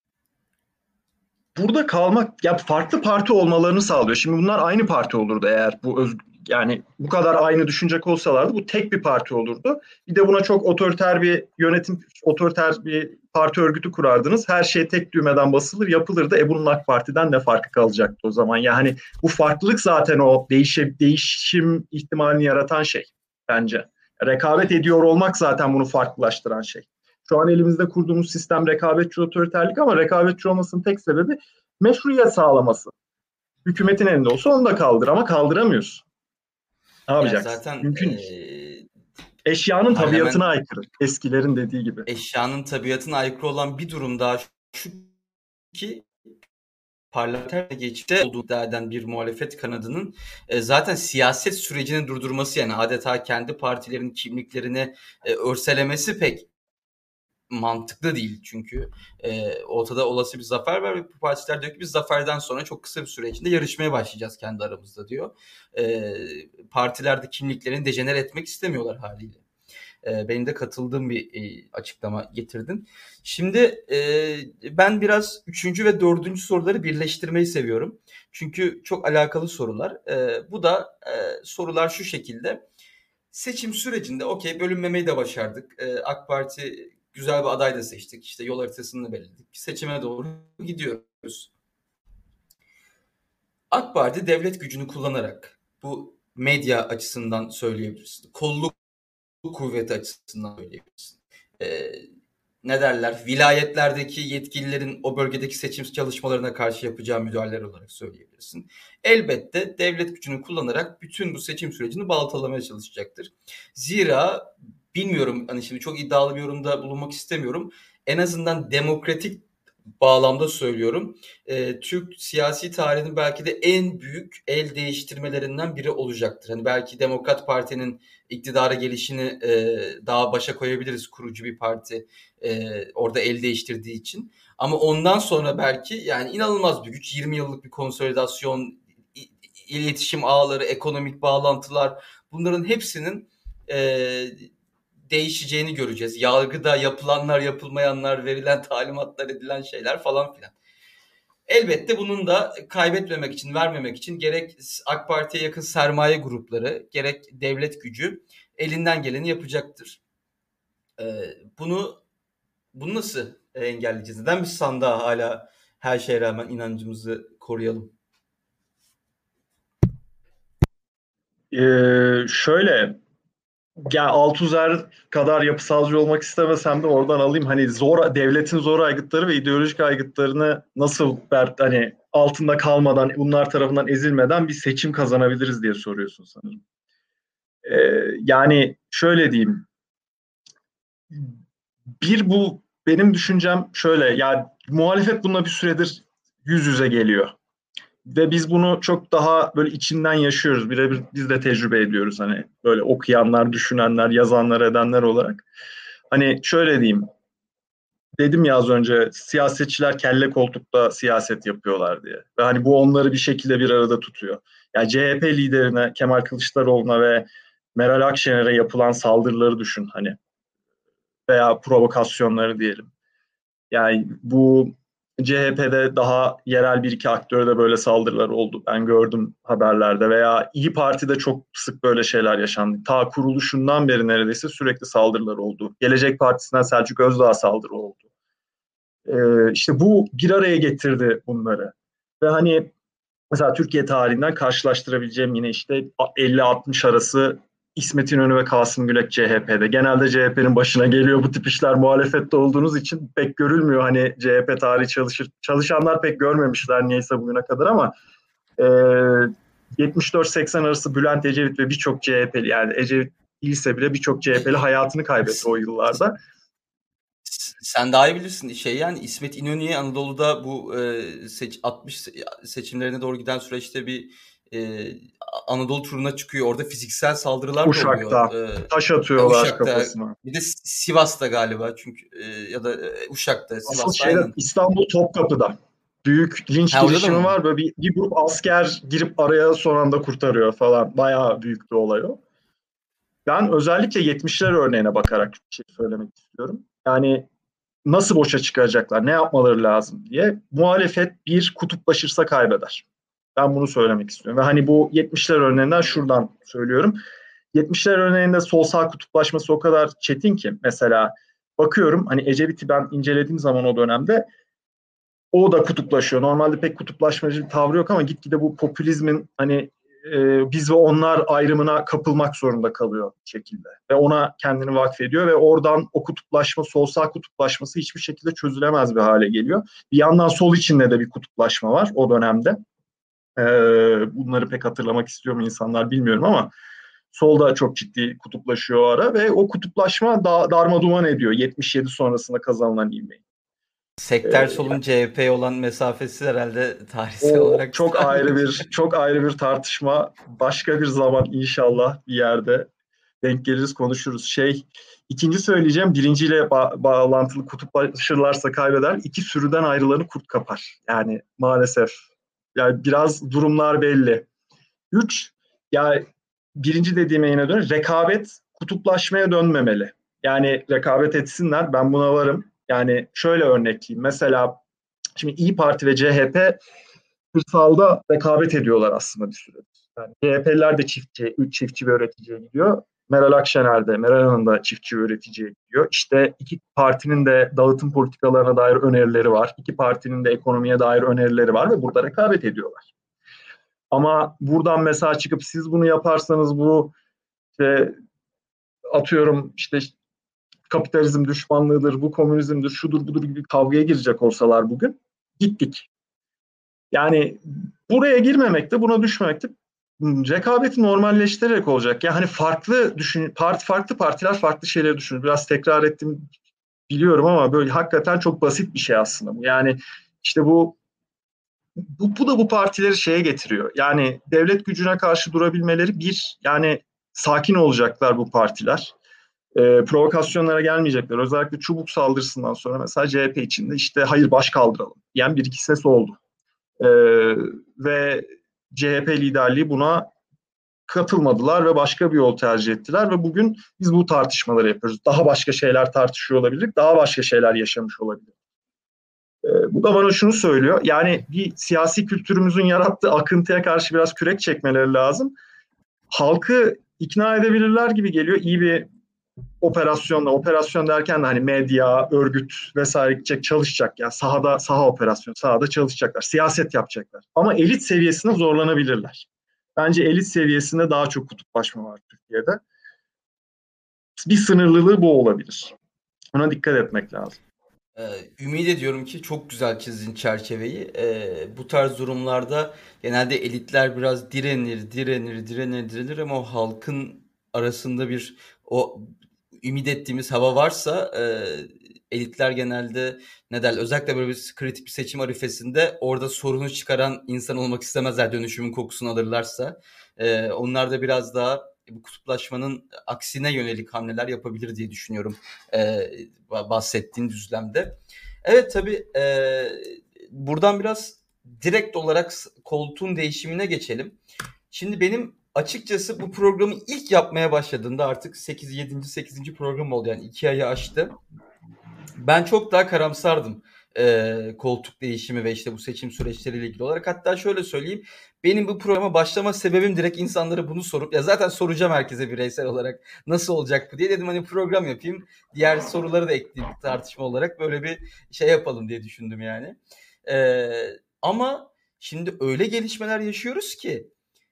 burada kalmak, ya farklı parti olmalarını sağlıyor. Şimdi bunlar aynı parti olurdu eğer bu öz, yani bu kadar aynı düşünecek olsalardı bu tek bir parti olurdu. Bir de buna çok otoriter bir yönetim, otoriter bir parti örgütü kurardınız. Her şey tek düğmeden basılır, yapılırdı. E bunun AK Parti'den ne farkı kalacaktı o zaman? Yani bu farklılık zaten o değişim, değişim ihtimalini yaratan şey bence. Rekabet ediyor olmak zaten bunu farklılaştıran şey. Şu an elimizde kurduğumuz sistem rekabetçi otoriterlik ama rekabetçi olmasının tek sebebi meşruiyet sağlaması. Hükümetin elinde olsa onu da kaldır ama kaldıramıyorsun. Ne
Ya
yapacaksın?
zaten
Mümkün değil.
e,
Eşyanın tabiatına
parlament
aykırı. Eskilerin dediği gibi.
eşyanın tabiatına aykırı olan bir durum daha şu ki parlamenter geçişte olduğu iddia eden bir muhalefet kanadının e, zaten siyaset sürecini durdurması yani adeta kendi partilerin kimliklerini e, örselemesi pek mantıklı değil çünkü e, ortada olası bir zafer var ve bu partiler diyor ki biz zaferden sonra çok kısa bir süre içinde yarışmaya başlayacağız kendi aramızda diyor. E, partilerde kimliklerini dejenere etmek istemiyorlar haliyle. E, benim de katıldığım bir e, açıklama getirdin. Şimdi e, ben biraz üçüncü ve dördüncü soruları birleştirmeyi seviyorum. Çünkü çok alakalı sorular. E, bu da e, sorular şu şekilde. Seçim sürecinde okey bölünmemeyi de başardık. E, AK Parti güzel bir aday da seçtik. İşte yol haritasını da belirledik. Seçime doğru gidiyoruz. AK Parti devlet gücünü kullanarak bu medya açısından söyleyebilirsin. Kolluk kuvveti açısından söyleyebilirsin. Ee, ne derler? Vilayetlerdeki yetkililerin o bölgedeki seçim çalışmalarına karşı yapacağı müdahaleler olarak söyleyebilirsin. Elbette devlet gücünü kullanarak bütün bu seçim sürecini baltalamaya çalışacaktır. Zira bilmiyorum hani şimdi çok iddialı bir yorumda bulunmak istemiyorum. En azından demokratik bağlamda söylüyorum. E, Türk siyasi tarihinin belki de en büyük el değiştirmelerinden biri olacaktır. Hani belki Demokrat Parti'nin iktidara gelişini e, daha başa koyabiliriz kurucu bir parti e, orada el değiştirdiği için. Ama ondan sonra belki yani inanılmaz bir güç, yirmi yıllık bir konsolidasyon, iletişim ağları, ekonomik bağlantılar bunların hepsinin e, değişeceğini göreceğiz. Yargıda yapılanlar, yapılmayanlar, verilen talimatlar, edilen şeyler falan filan. Elbette bunun da kaybetmemek için, vermemek için gerek AK Parti'ye yakın sermaye grupları, gerek devlet gücü elinden geleni yapacaktır. Ee, bunu bunu nasıl engelleyeceğiz? Neden biz sandığa hala her şeye rağmen inancımızı koruyalım?
Ee, şöyle ya Althusser kadar yapısalcı olmak istemesem de oradan alayım. Hani zor devletin zor aygıtları ve ideolojik aygıtlarını nasıl hani altında kalmadan, bunlar tarafından ezilmeden bir seçim kazanabiliriz diye soruyorsun sanırım. Ee, yani şöyle diyeyim. Bir bu benim düşüncem şöyle. Yani muhalefet bununla bir süredir yüz yüze geliyor. Ve biz bunu çok daha böyle içinden yaşıyoruz. Birebir biz de tecrübe ediyoruz. Hani böyle okuyanlar, düşünenler, yazanlar, edenler olarak. Hani şöyle diyeyim. Dedim ya az önce siyasetçiler kelle koltukta siyaset yapıyorlar diye. Ve hani bu onları bir şekilde bir arada tutuyor. Yani C H P liderine Kemal Kılıçdaroğlu'na ve Meral Akşener'e yapılan saldırıları düşün hani. Veya provokasyonları diyelim. Yani bu C H P'de daha yerel bir iki aktöre de böyle saldırılar oldu. Ben gördüm haberlerde veya İyi Parti'de çok sık böyle şeyler yaşandı. Ta kuruluşundan beri neredeyse sürekli saldırılar oldu. Gelecek Partisi'nden Selçuk Özdağ saldırı oldu. Ee, işte bu bir araya getirdi bunları. Ve hani mesela Türkiye tarihinden karşılaştırabileceğim yine işte elli altmış arası İsmet İnönü ve Kasım Gülek C H P'de. Genelde C H P'nin başına geliyor bu tip işler, muhalefette olduğunuz için pek görülmüyor. Hani C H P tarihi çalışır, çalışanlar pek görmemişler niyeyse bugüne kadar ama e, yetmiş dört seksen arası Bülent Ecevit ve birçok C H P'li, yani Ecevit değilse bile birçok C H P'li hayatını kaybetti o yıllarda.
Sen daha iyi bilirsin. Şey yani İsmet İnönü'ye Anadolu'da bu e, seç, altmış seçimlerine doğru giden süreçte bir e, Anadolu turuna çıkıyor. Orada fiziksel saldırılar da
Uşak'ta
oluyor.
taş
E,
atıyorlar
Uşak'ta,
kafasına.
bir de Sivas'ta galiba çünkü e, ya da e, Uşak'ta,
Asıl
Sivas'ta
şeyde
aynen.
İstanbul Topkapı'da büyük linç
Ha orada da
girişimi
mı?
var. Böyle bir, bir grup asker girip araya son anda kurtarıyor falan. Bayağı büyük bir olay o. Ben özellikle yetmişler örneğine bakarak bir şey söylemek istiyorum. Yani nasıl boşa çıkaracaklar, ne yapmaları lazım diye. Muhalefet bir kutuplaşırsa kaybeder. Ben bunu söylemek istiyorum. Ve hani bu yetmişler örneğinden şuradan söylüyorum. yetmişler örneğinde sol sağ kutuplaşması o kadar çetin ki mesela bakıyorum hani Ecevit'i ben incelediğim zaman o dönemde o da kutuplaşıyor. Normalde pek kutuplaşmacı bir tavrı yok ama gitgide bu popülizmin hani e, biz ve onlar ayrımına kapılmak zorunda kalıyor bir şekilde. Ve ona kendini vakfediyor ve oradan o kutuplaşma, sol sağ kutuplaşması hiçbir şekilde çözülemez bir hale geliyor. Bir yandan sol içinde de bir kutuplaşma var o dönemde. E, bunları pek hatırlamak istiyor mu insanlar bilmiyorum ama sol da çok ciddi kutuplaşıyor o ara ve o kutuplaşma da, darma duman ediyor yetmiş yedi sonrasında kazanılan ivmeyi.
Sektör solun C H P'ye olan mesafesi herhalde tarihsel
O
olarak
çok ayrı bir çok ayrı bir tartışma. Başka bir zaman inşallah bir yerde denk geliriz konuşuruz. Şey ikinci söyleyeceğim birinciyle ba- bağlantılı kutuplaşırlarsa kaybeder. İki sürüden ayrılanı kurt kapar. Yani maalesef. Yani biraz durumlar belli. Üç, ya birinci dediğime yine dön. Rekabet kutuplaşmaya dönmemeli. Yani rekabet etsinler. Ben buna varım. Yani şöyle örnekleyeyim. Mesela şimdi İyi Parti ve C H P kırsalda rekabet ediyorlar aslında bir süredir. Yani C H P'liler de çiftçi, çiftçi ve üreticiye gidiyor. Meral Akşener de, Meral Hanım da çiftçi ve üreticiye gidiyor. İşte iki partinin de dağıtım politikalarına dair önerileri var. İki partinin de ekonomiye dair önerileri var ve burada rekabet ediyorlar. Ama buradan mesela çıkıp siz bunu yaparsanız bu işte, atıyorum işte kapitalizm düşmanlığıdır, bu komünizmdir, şudur budur gibi kavgaya girecek olsalar bugün gittik. Yani buraya girmemek de buna düşmemek de rekabeti normalleştirerek olacak. Yani hani farklı düşün, parti farklı partiler farklı şeyleri düşünür. Biraz tekrar ettim biliyorum ama böyle hakikaten çok basit bir şey aslında bu. Yani işte bu bu, bu da bu partileri şeye getiriyor. Yani devlet gücüne karşı durabilmeleri bir, yani sakin olacaklar bu partiler. E, provokasyonlara gelmeyecekler. Özellikle çubuk saldırısından sonra mesela C H P içinde işte hayır baş kaldıralım diyen bir iki ses oldu. Ee, ve C H P liderliği buna katılmadılar ve başka bir yol tercih ettiler ve bugün biz bu tartışmaları yapıyoruz. Daha başka şeyler tartışıyor olabilir, daha başka şeyler yaşamış olabilir. E, bu da bana şunu söylüyor. Yani bir siyasi kültürümüzün yarattığı akıntıya karşı biraz kürek çekmeleri lazım. Halkı ikna edebilirler gibi geliyor. İyi bir operasyonla, operasyon derken de hani medya, örgüt vesaire gidecek, çalışacak. Yani sahada, saha operasyonu, sahada çalışacaklar, siyaset yapacaklar. Ama elit seviyesinde zorlanabilirler. Bence elit seviyesinde daha çok kutuplaşma var Türkiye'de. Bir sınırlılığı bu olabilir. Ona dikkat etmek lazım.
Ee, ümit ediyorum ki çok güzel çizdin çerçeveyi. Ee, bu tarz durumlarda genelde elitler biraz direnir, direnir, direnir, direnir ama o halkın arasında bir o ümit ettiğimiz hava varsa e, elitler genelde ne derler özellikle böyle bir kritik bir seçim arifesinde orada sorunu çıkaran insan olmak istemezler dönüşümün kokusunu alırlarsa. Ee, onlar da biraz daha bu kutuplaşmanın aksine yönelik hamleler yapabilir diye düşünüyorum e, bahsettiğin düzlemde. Evet tabii e, buradan biraz direkt olarak koltuğun değişimine geçelim. Şimdi benim açıkçası bu programı ilk yapmaya başladığında artık sekiz yedinci sekizinci program oldu yani iki ayı aştı. Ben çok daha karamsardım e, koltuk değişimi ve işte bu seçim süreçleriyle ilgili olarak. Hatta şöyle söyleyeyim. Benim bu programa başlama sebebim direkt insanlara bunu sorup ya zaten soracağım herkese bireysel olarak nasıl olacak bu diye dedim hani program yapayım. Diğer soruları da ekleyeyim tartışma olarak böyle bir şey yapalım diye düşündüm yani. E, ama şimdi öyle gelişmeler yaşıyoruz ki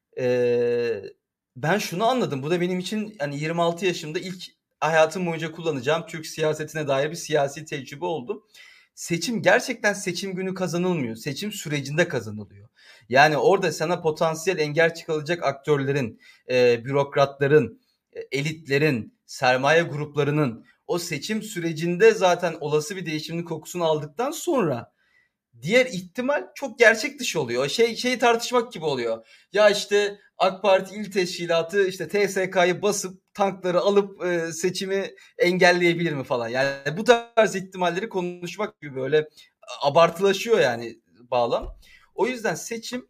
e, ben şunu anladım. Bu da benim için hani yirmi altı yaşımda ilk hayatım boyunca kullanacağım Türk siyasetine dair bir siyasi tecrübe oldu. Seçim gerçekten seçim günü kazanılmıyor. Seçim sürecinde kazanılıyor. Yani orada sana potansiyel engel çıkarılacak aktörlerin, e, bürokratların, e, elitlerin, sermaye gruplarının o seçim sürecinde zaten olası bir değişimin kokusunu aldıktan sonra diğer ihtimal çok gerçek dışı oluyor. Şey şeyi tartışmak gibi oluyor. Ya işte AK Parti il teşkilatı işte T S K'yı basıp tankları alıp e, seçimi engelleyebilir mi falan. Yani bu tarz ihtimalleri konuşmak gibi böyle abartılaşıyor yani bağlam. O yüzden seçim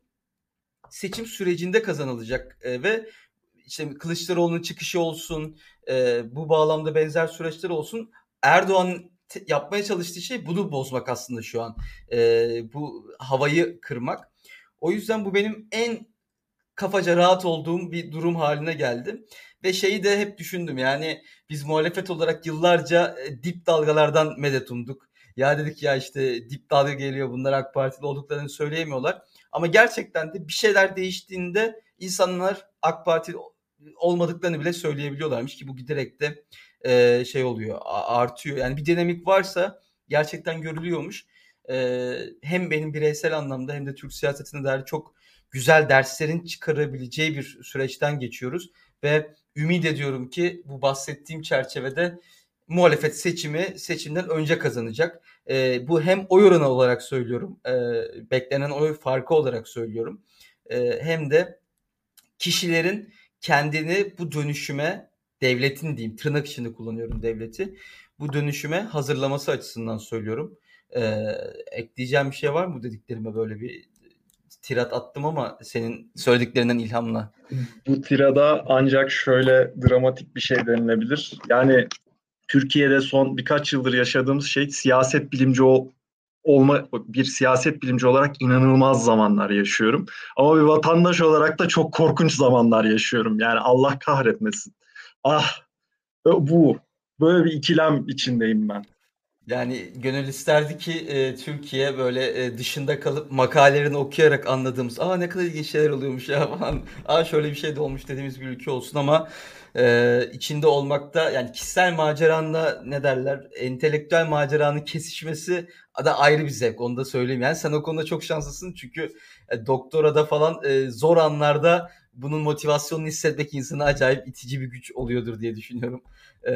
seçim sürecinde kazanılacak e, ve işte Kılıçdaroğlu'nun çıkışı olsun, e, bu bağlamda benzer süreçler olsun. Erdoğan te- yapmaya çalıştığı şey bunu bozmak aslında şu an. E, bu havayı kırmak. O yüzden bu benim en kafaca rahat olduğum bir durum haline geldi. Ve şeyi de hep düşündüm yani biz muhalefet olarak yıllarca e, dip dalgalardan medet umduk. Ya dedik ya işte dip dalga geliyor bunlar AK Partili olduklarını söyleyemiyorlar. Ama gerçekten de bir şeyler değiştiğinde insanlar AK Parti olmadıklarını bile söyleyebiliyorlarmış ki bu giderek de e, şey oluyor artıyor. Yani bir dinamik varsa gerçekten görülüyormuş. E, hem benim bireysel anlamda hem de Türk siyasetine dair çok güzel derslerin çıkarabileceği bir süreçten geçiyoruz ve ümit ediyorum ki bu bahsettiğim çerçevede muhalefet seçimi seçimden önce kazanacak. E, bu hem oy oranı olarak söylüyorum, e, beklenen oy farkı olarak söylüyorum. E, hem de kişilerin kendini bu dönüşüme devletin diyeyim tırnak içinde kullanıyorum devleti bu dönüşüme hazırlaması açısından söylüyorum. Ee, ekleyeceğim bir şey var mı dediklerime böyle bir tirat attım ama senin söylediklerinden ilhamla.
Bu tirada ancak şöyle dramatik bir şey denilebilir. Yani Türkiye'de son birkaç yıldır yaşadığımız şey siyaset bilimci ol, olma bir siyaset bilimci olarak inanılmaz zamanlar yaşıyorum. Ama bir vatandaş olarak da çok korkunç zamanlar yaşıyorum. Yani Allah kahretmesin. Ah bu böyle bir ikilem içindeyim ben.
Yani gönül isterdi ki e, Türkiye böyle e, dışında kalıp makalelerini okuyarak anladığımız aa ne kadar ilginç şeyler oluyormuş ya falan aa şöyle bir şey de olmuş dediğimiz bir ülke olsun ama e, içinde olmakta yani kişisel maceranla ne derler entelektüel maceranın kesişmesi da ayrı bir zevk onu da söyleyeyim. Yani sen o konuda çok şanslısın çünkü e, doktorada falan e, zor anlarda bunun motivasyonunu hissetmek insana acayip itici bir güç oluyordur diye düşünüyorum. E,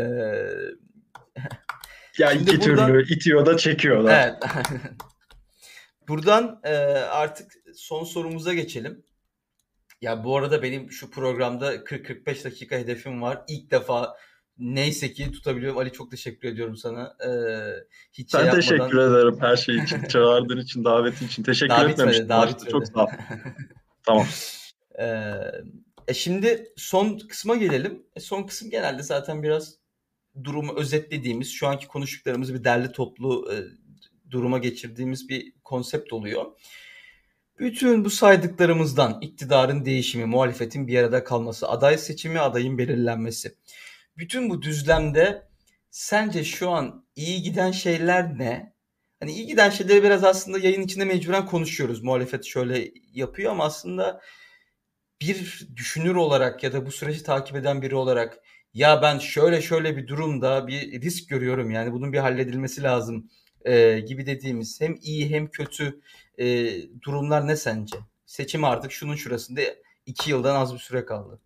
Ya iki
Şimdi buradan
türlü itiyor da çekiyor da.
evet. Buradan e, artık son sorumuza geçelim. Ya bu arada benim şu programda kırk kırk beş dakika hedefim var. İlk defa neyse ki tutabiliyorum. Ali çok teşekkür ediyorum sana. E, hiç şey
Ben teşekkür
yapmadan
ederim her şey için. Çağırdığın için, davetin için. Teşekkür
daha bitmedi,
etmemiştim
daha
başta. Çok
bitmedi.
sağ ol. Tamam.
e, e şimdi son kısma gelelim. E, son kısım genelde zaten biraz durumu özetlediğimiz, şu anki konuştuklarımızı bir derli toplu e, duruma geçirdiğimiz bir konsept oluyor. Bütün bu saydıklarımızdan iktidarın değişimi, muhalefetin bir arada kalması, aday seçimi, adayın belirlenmesi. Bütün bu düzlemde sence şu an iyi giden şeyler ne? Hani iyi giden şeyleri biraz aslında yayın içinde mecburen konuşuyoruz. Muhalefet şöyle yapıyor ama aslında bir düşünür olarak ya da bu süreci takip eden biri olarak ya ben şöyle şöyle bir durumda bir risk görüyorum, yani bunun bir halledilmesi lazım e, gibi dediğimiz hem iyi hem kötü e, durumlar ne sence? Seçim artık şunun şurasında iki yıldan az bir süre kaldı.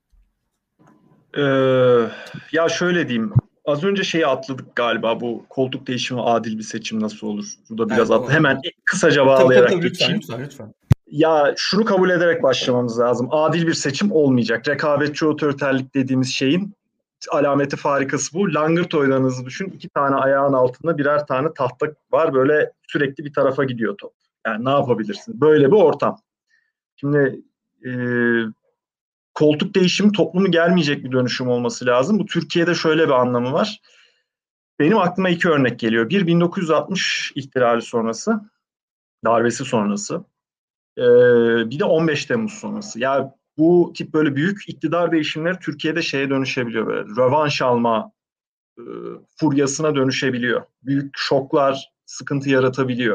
Ee, ya şöyle diyeyim. Az önce şeyi atladık galiba, bu koltuk değişimi adil bir seçim nasıl olur? Burada biraz
Evet,
at
o,
hemen kısaca
tabii tabii
bağlayarak
tabii lütfen
geçeyim.
lütfen lütfen.
Ya şunu kabul ederek başlamamız lazım. Adil bir seçim olmayacak. Rekabetçi otoriterlik dediğimiz şeyin alameti farikası bu. Langırt oynadığınızı düşün. İki tane ayağın altında birer tane tahta var. Böyle sürekli bir tarafa gidiyor top. Yani ne yapabilirsin? Böyle bir ortam. Şimdi e, koltuk değişimi toplumu gelmeyecek bir dönüşüm olması lazım. Bu Türkiye'de şöyle bir anlamı var. Benim aklıma iki örnek geliyor. Bir, bin dokuz yüz altmış ihtilali sonrası, darbesi sonrası. Ee, bir de on beş Temmuz sonrası. Ya bu tip böyle büyük iktidar değişimleri Türkiye'de şeye dönüşebiliyor. Böyle rövanş alma e, furyasına dönüşebiliyor. Büyük şoklar sıkıntı yaratabiliyor.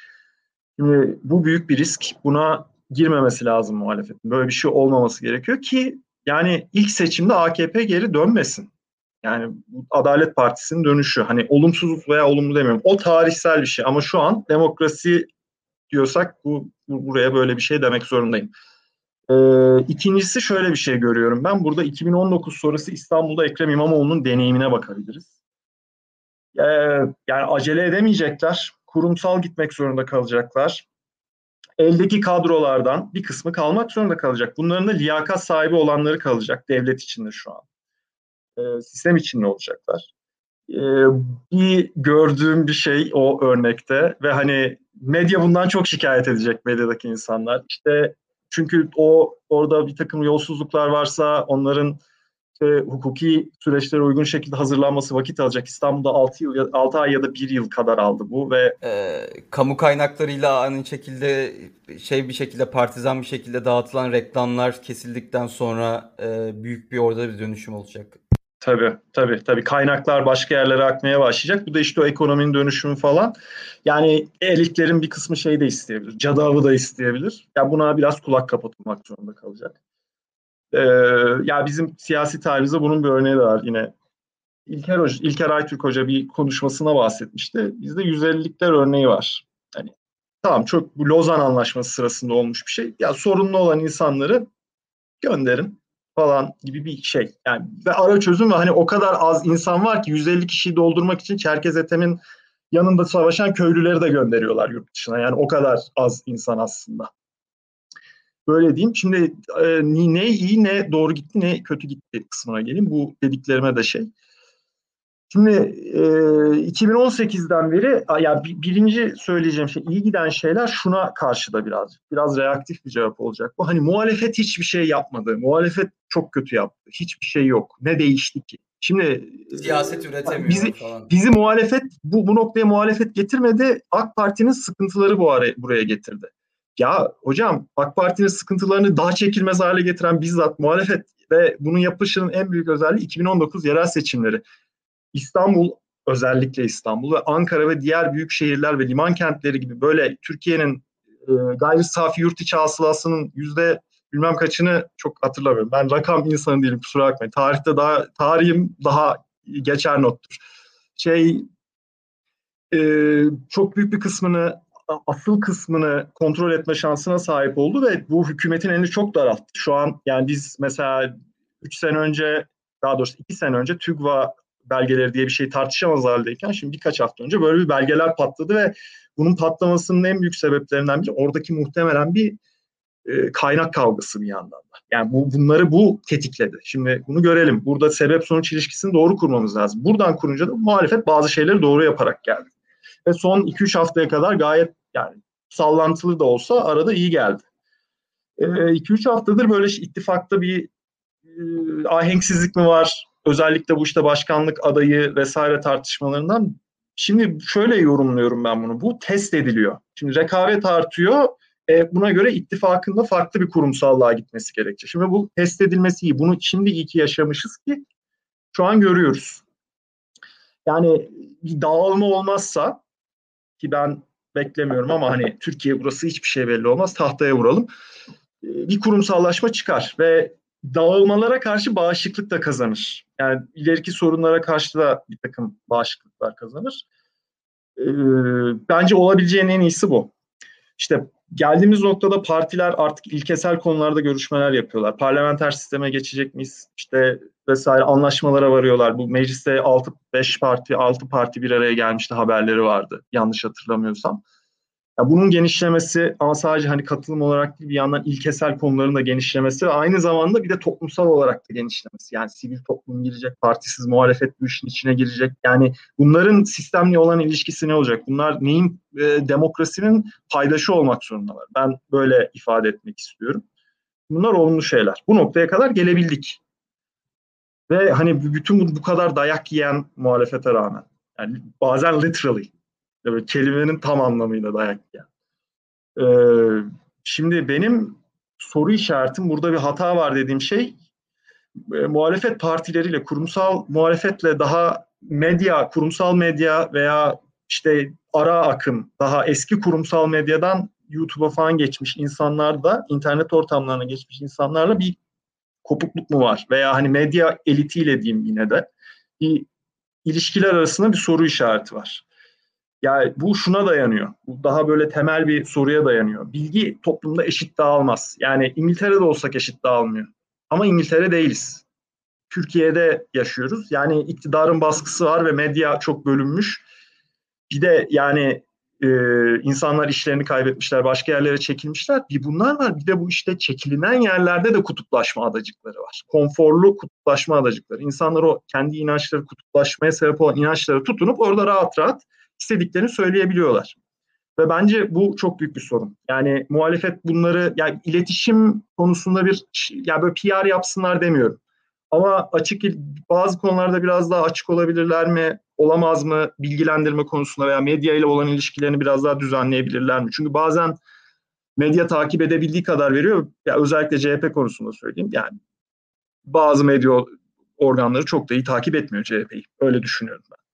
Şimdi bu büyük bir risk. Buna girmemesi lazım muhalefetin. Böyle bir şey olmaması gerekiyor ki yani ilk seçimde A K P geri dönmesin. Yani Adalet Partisi'nin dönüşü. Hani olumsuz veya olumlu demiyorum. O tarihsel bir şey ama şu an demokrasi diyorsak bu, bu buraya böyle bir şey demek zorundayım. Ee, ikincisi şöyle bir şey görüyorum ben. Burada iki bin on dokuz sonrası İstanbul'da Ekrem İmamoğlu'nun deneyimine bakabiliriz. Ee, yani acele edemeyecekler. Kurumsal gitmek zorunda kalacaklar. Eldeki kadrolardan bir kısmı kalmak zorunda kalacak. Bunların da liyakat sahibi olanları kalacak devlet içinde şu an. Ee, sistem içinde olacaklar. Ee, bir gördüğüm bir şey o örnekte ve hani medya bundan çok şikayet edecek, medyadaki insanlar. İşte çünkü o orada bir takım yolsuzluklar varsa onların işte hukuki süreçlere uygun şekilde hazırlanması vakit alacak. İstanbul'da altı yıl, altı ay ya da bir yıl kadar aldı bu ve
Ee, kamu kaynaklarıyla aynı şekilde şey bir şekilde partizan bir şekilde dağıtılan reklamlar kesildikten sonra e, büyük bir orada bir dönüşüm olacak.
tabii tabii tabii kaynaklar başka yerlere akmaya başlayacak. Bu da işte o ekonominin dönüşümü falan. Yani elitlerin bir kısmı şey de isteyebilir. Cadı avı da isteyebilir. Ya buna biraz kulak kapatılmak zorunda kalacak. Ee, ya bizim siyasi tarihimizde bunun bir örneği de var yine. İlker, Hoca, İlker Aytürk Hoca bir konuşmasına bahsetmişti. Bizde yüz ellilikler örneği var. Yani tamam, çok bu Lozan Anlaşması sırasında olmuş bir şey. Ya sorunlu olan insanları gönderin falan gibi bir şey. Yani ve ara çözüm ve hani o kadar az insan var ki yüz elli kişiyi doldurmak için Çerkez Ethem'in yanında savaşan köylüleri de gönderiyorlar yurt dışına. Yani o kadar az insan aslında. Böyle diyeyim. Şimdi e, ne iyi ne doğru gitti ne kötü gitti kısmına geleyim. Bu dediklerime de şey. Şimdi e, iki bin on sekizden beri yani birinci söyleyeceğim şey, iyi giden şeyler şuna karşı da biraz biraz reaktif bir cevap olacak. Bu hani muhalefet hiçbir şey yapmadı. Muhalefet çok kötü yaptı. Hiçbir şey yok. Ne değişti ki? Şimdi
Siyaset
e, bizi
üretemiyor falan.
bizi muhalefet bu bu noktaya muhalefet getirmedi. AK Parti'nin sıkıntıları bu araya, buraya getirdi. Ya hocam, AK Parti'nin sıkıntılarını daha çekilmez hale getiren bizzat muhalefet ve bunun yapışının en büyük özelliği iki bin on dokuz yerel seçimleri. İstanbul, özellikle İstanbul ve Ankara ve diğer büyük şehirler ve liman kentleri gibi böyle Türkiye'nin e, gayri safi yurt içi hasılasının yüzde bilmem kaçını çok hatırlamıyorum. Ben rakam insanı değilim, kusura bakmayın. Tarihte daha tarihim daha geçer nottur. Şey e, çok büyük bir kısmını, asıl kısmını kontrol etme şansına sahip oldu ve bu hükümetin elini çok daralttı. Şu an yani biz mesela üç sene önce, daha doğrusu iki sene önce TÜGVA belgeleri diye bir şey tartışamaz haldeyken şimdi birkaç hafta önce böyle bir belgeler patladı ve bunun patlamasının en büyük sebeplerinden biri oradaki muhtemelen bir e, kaynak kavgası bir yandan da. Yani bu, bunları bu tetikledi. Şimdi bunu görelim. Burada sebep sonuç ilişkisini doğru kurmamız lazım. Buradan kurunca da muhalefet bazı şeyleri doğru yaparak geldi. Ve son iki üç haftaya kadar gayet yani sallantılı da olsa arada iyi geldi. iki üç haftadır böyle ittifakta bir e, ahenksizlik mi var? Özellikle bu işte başkanlık adayı vesaire tartışmalarından Şimdi şöyle yorumluyorum ben bunu. Bu test ediliyor. Şimdi rekabet artıyor. E, buna göre ittifakın da farklı bir kurumsallığa gitmesi gerekecek. Şimdi bu test edilmesi iyi. Bunu şimdi iyi ki yaşamışız ki şu an görüyoruz. Yani bir dağılma olmazsa, ki ben beklemiyorum ama hani Türkiye burası hiçbir şey belli olmaz. Tahtaya vuralım. E, bir kurumsallaşma çıkar ve dağılmalara karşı bağışıklık da kazanır. Yani ileriki sorunlara karşı da bir takım bağışıklıklar kazanır. E, bence olabileceğin en iyisi bu. İşte geldiğimiz noktada partiler artık ilkesel konularda görüşmeler yapıyorlar. Parlamenter sisteme geçecek miyiz? İşte vesaire anlaşmalara varıyorlar. Bu mecliste altı beş parti, altı parti bir araya gelmişti, haberleri vardı. Yanlış hatırlamıyorsam. Ya bunun genişlemesi, ama sadece hani katılım olarak değil, bir yandan ilkesel konuların da genişlemesi ve aynı zamanda bir de toplumsal olarak da genişlemesi. Yani sivil toplum girecek, partisiz muhalefet bu işin içine girecek. Yani bunların sistemle olan ilişkisi ne olacak? Bunlar neyin, e, demokrasinin paydaşı olmak zorundalar. Ben böyle ifade etmek istiyorum. Bunlar olumlu şeyler. Bu noktaya kadar gelebildik. Ve hani bütün bu, bu kadar dayak yiyen muhalefete rağmen, yani bazen literally, yani kelimenin tam anlamıyla dayak yiyen. Ee, şimdi benim soru işaretim, burada bir hata var dediğim şey, e, muhalefet partileriyle, kurumsal muhalefetle daha medya, kurumsal medya veya işte ara akım, daha eski kurumsal medyadan YouTube'a falan geçmiş insanlar da, internet ortamlarına geçmiş insanlarla bir kopukluk mu var? Veya hani medya elitiyle diyeyim, yine de bir ilişkiler arasında bir soru işareti var. Yani bu şuna dayanıyor. Bu daha böyle temel bir soruya dayanıyor. Bilgi toplumda eşit dağılmaz. Yani İngiltere'de olsak eşit dağılmıyor. Ama İngiltere değiliz. Türkiye'de yaşıyoruz. Yani iktidarın baskısı var ve medya çok bölünmüş. Bir de yani e, insanlar işlerini kaybetmişler, başka yerlere çekilmişler. Bir bunlar var. Bir de bu işte çekilinen yerlerde de kutuplaşma adacıkları var. Konforlu kutuplaşma adacıkları. İnsanlar o kendi inançları, kutuplaşmaya sebep olan inançları tutunup orada rahat rahat istediklerini söyleyebiliyorlar. Ve bence bu çok büyük bir sorun. Yani muhalefet bunları, yani iletişim konusunda bir, ya böyle P R yapsınlar demiyorum. Ama açık, bazı konularda biraz daha açık olabilirler mi, olamaz mı? Bilgilendirme konusunda veya medya ile olan ilişkilerini biraz daha düzenleyebilirler mi? Çünkü bazen medya takip edebildiği kadar veriyor. Ya özellikle C H P konusunda söyleyeyim. Yani bazı medya organları çok da iyi takip etmiyor C H P'yi. Öyle düşünüyorum ben.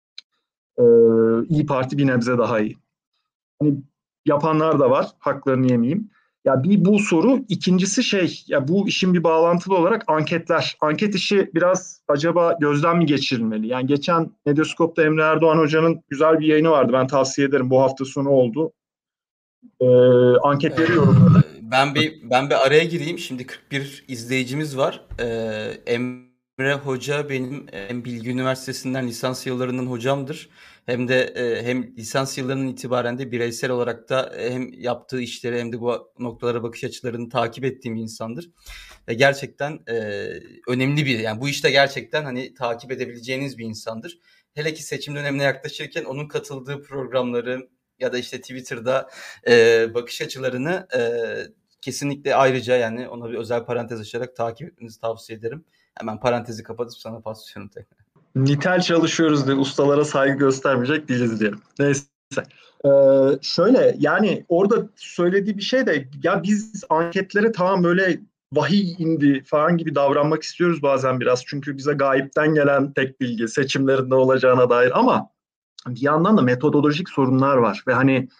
Ee, İyi Parti bir nebze daha iyi. Hani yapanlar da var. Haklarını yemeyeyim. Ya bir bu soru. İkincisi şey, ya bu işin bir bağlantılı olarak anketler. Anket işi biraz acaba gözden mi geçirilmeli? Yani geçen Medyaskop'ta Emre Erdoğan Hoca'nın güzel bir yayını vardı. Ben tavsiye ederim. Bu hafta sonu oldu. Ee, anketleri yorumladı.
Ee, ben bir ben bir araya gireyim. Şimdi kırk bir izleyicimiz var. Ee, Emre Hoca benim hem Bilgi Üniversitesi'nden lisans yıllarının hocamdır. Hem de e, hem lisans yıllarının itibaren de bireysel olarak da e, hem yaptığı işleri hem de bu noktalara bakış açılarını takip ettiğim bir insandır. Ve gerçekten e, önemli bir, yani bu işte gerçekten hani takip edebileceğiniz bir insandır. Hele ki seçim dönemine yaklaşırken onun katıldığı programları ya da işte Twitter'da e, bakış açılarını e, kesinlikle ayrıca, yani ona bir özel parantez açarak takip etmenizi tavsiye ederim. Hemen parantezi kapatıp sana paslıyorum tekrar.
Nitel çalışıyoruz diye ustalara saygı göstermeyecek değiliz diyelim. Neyse. Ee, şöyle, yani orada söylediği bir şey de, ya biz anketlere tamam böyle vahiy indi falan gibi davranmak istiyoruz bazen biraz. Çünkü bize gayipten gelen tek bilgi seçimlerinde olacağına dair, ama bir yandan da metodolojik sorunlar var ve hani,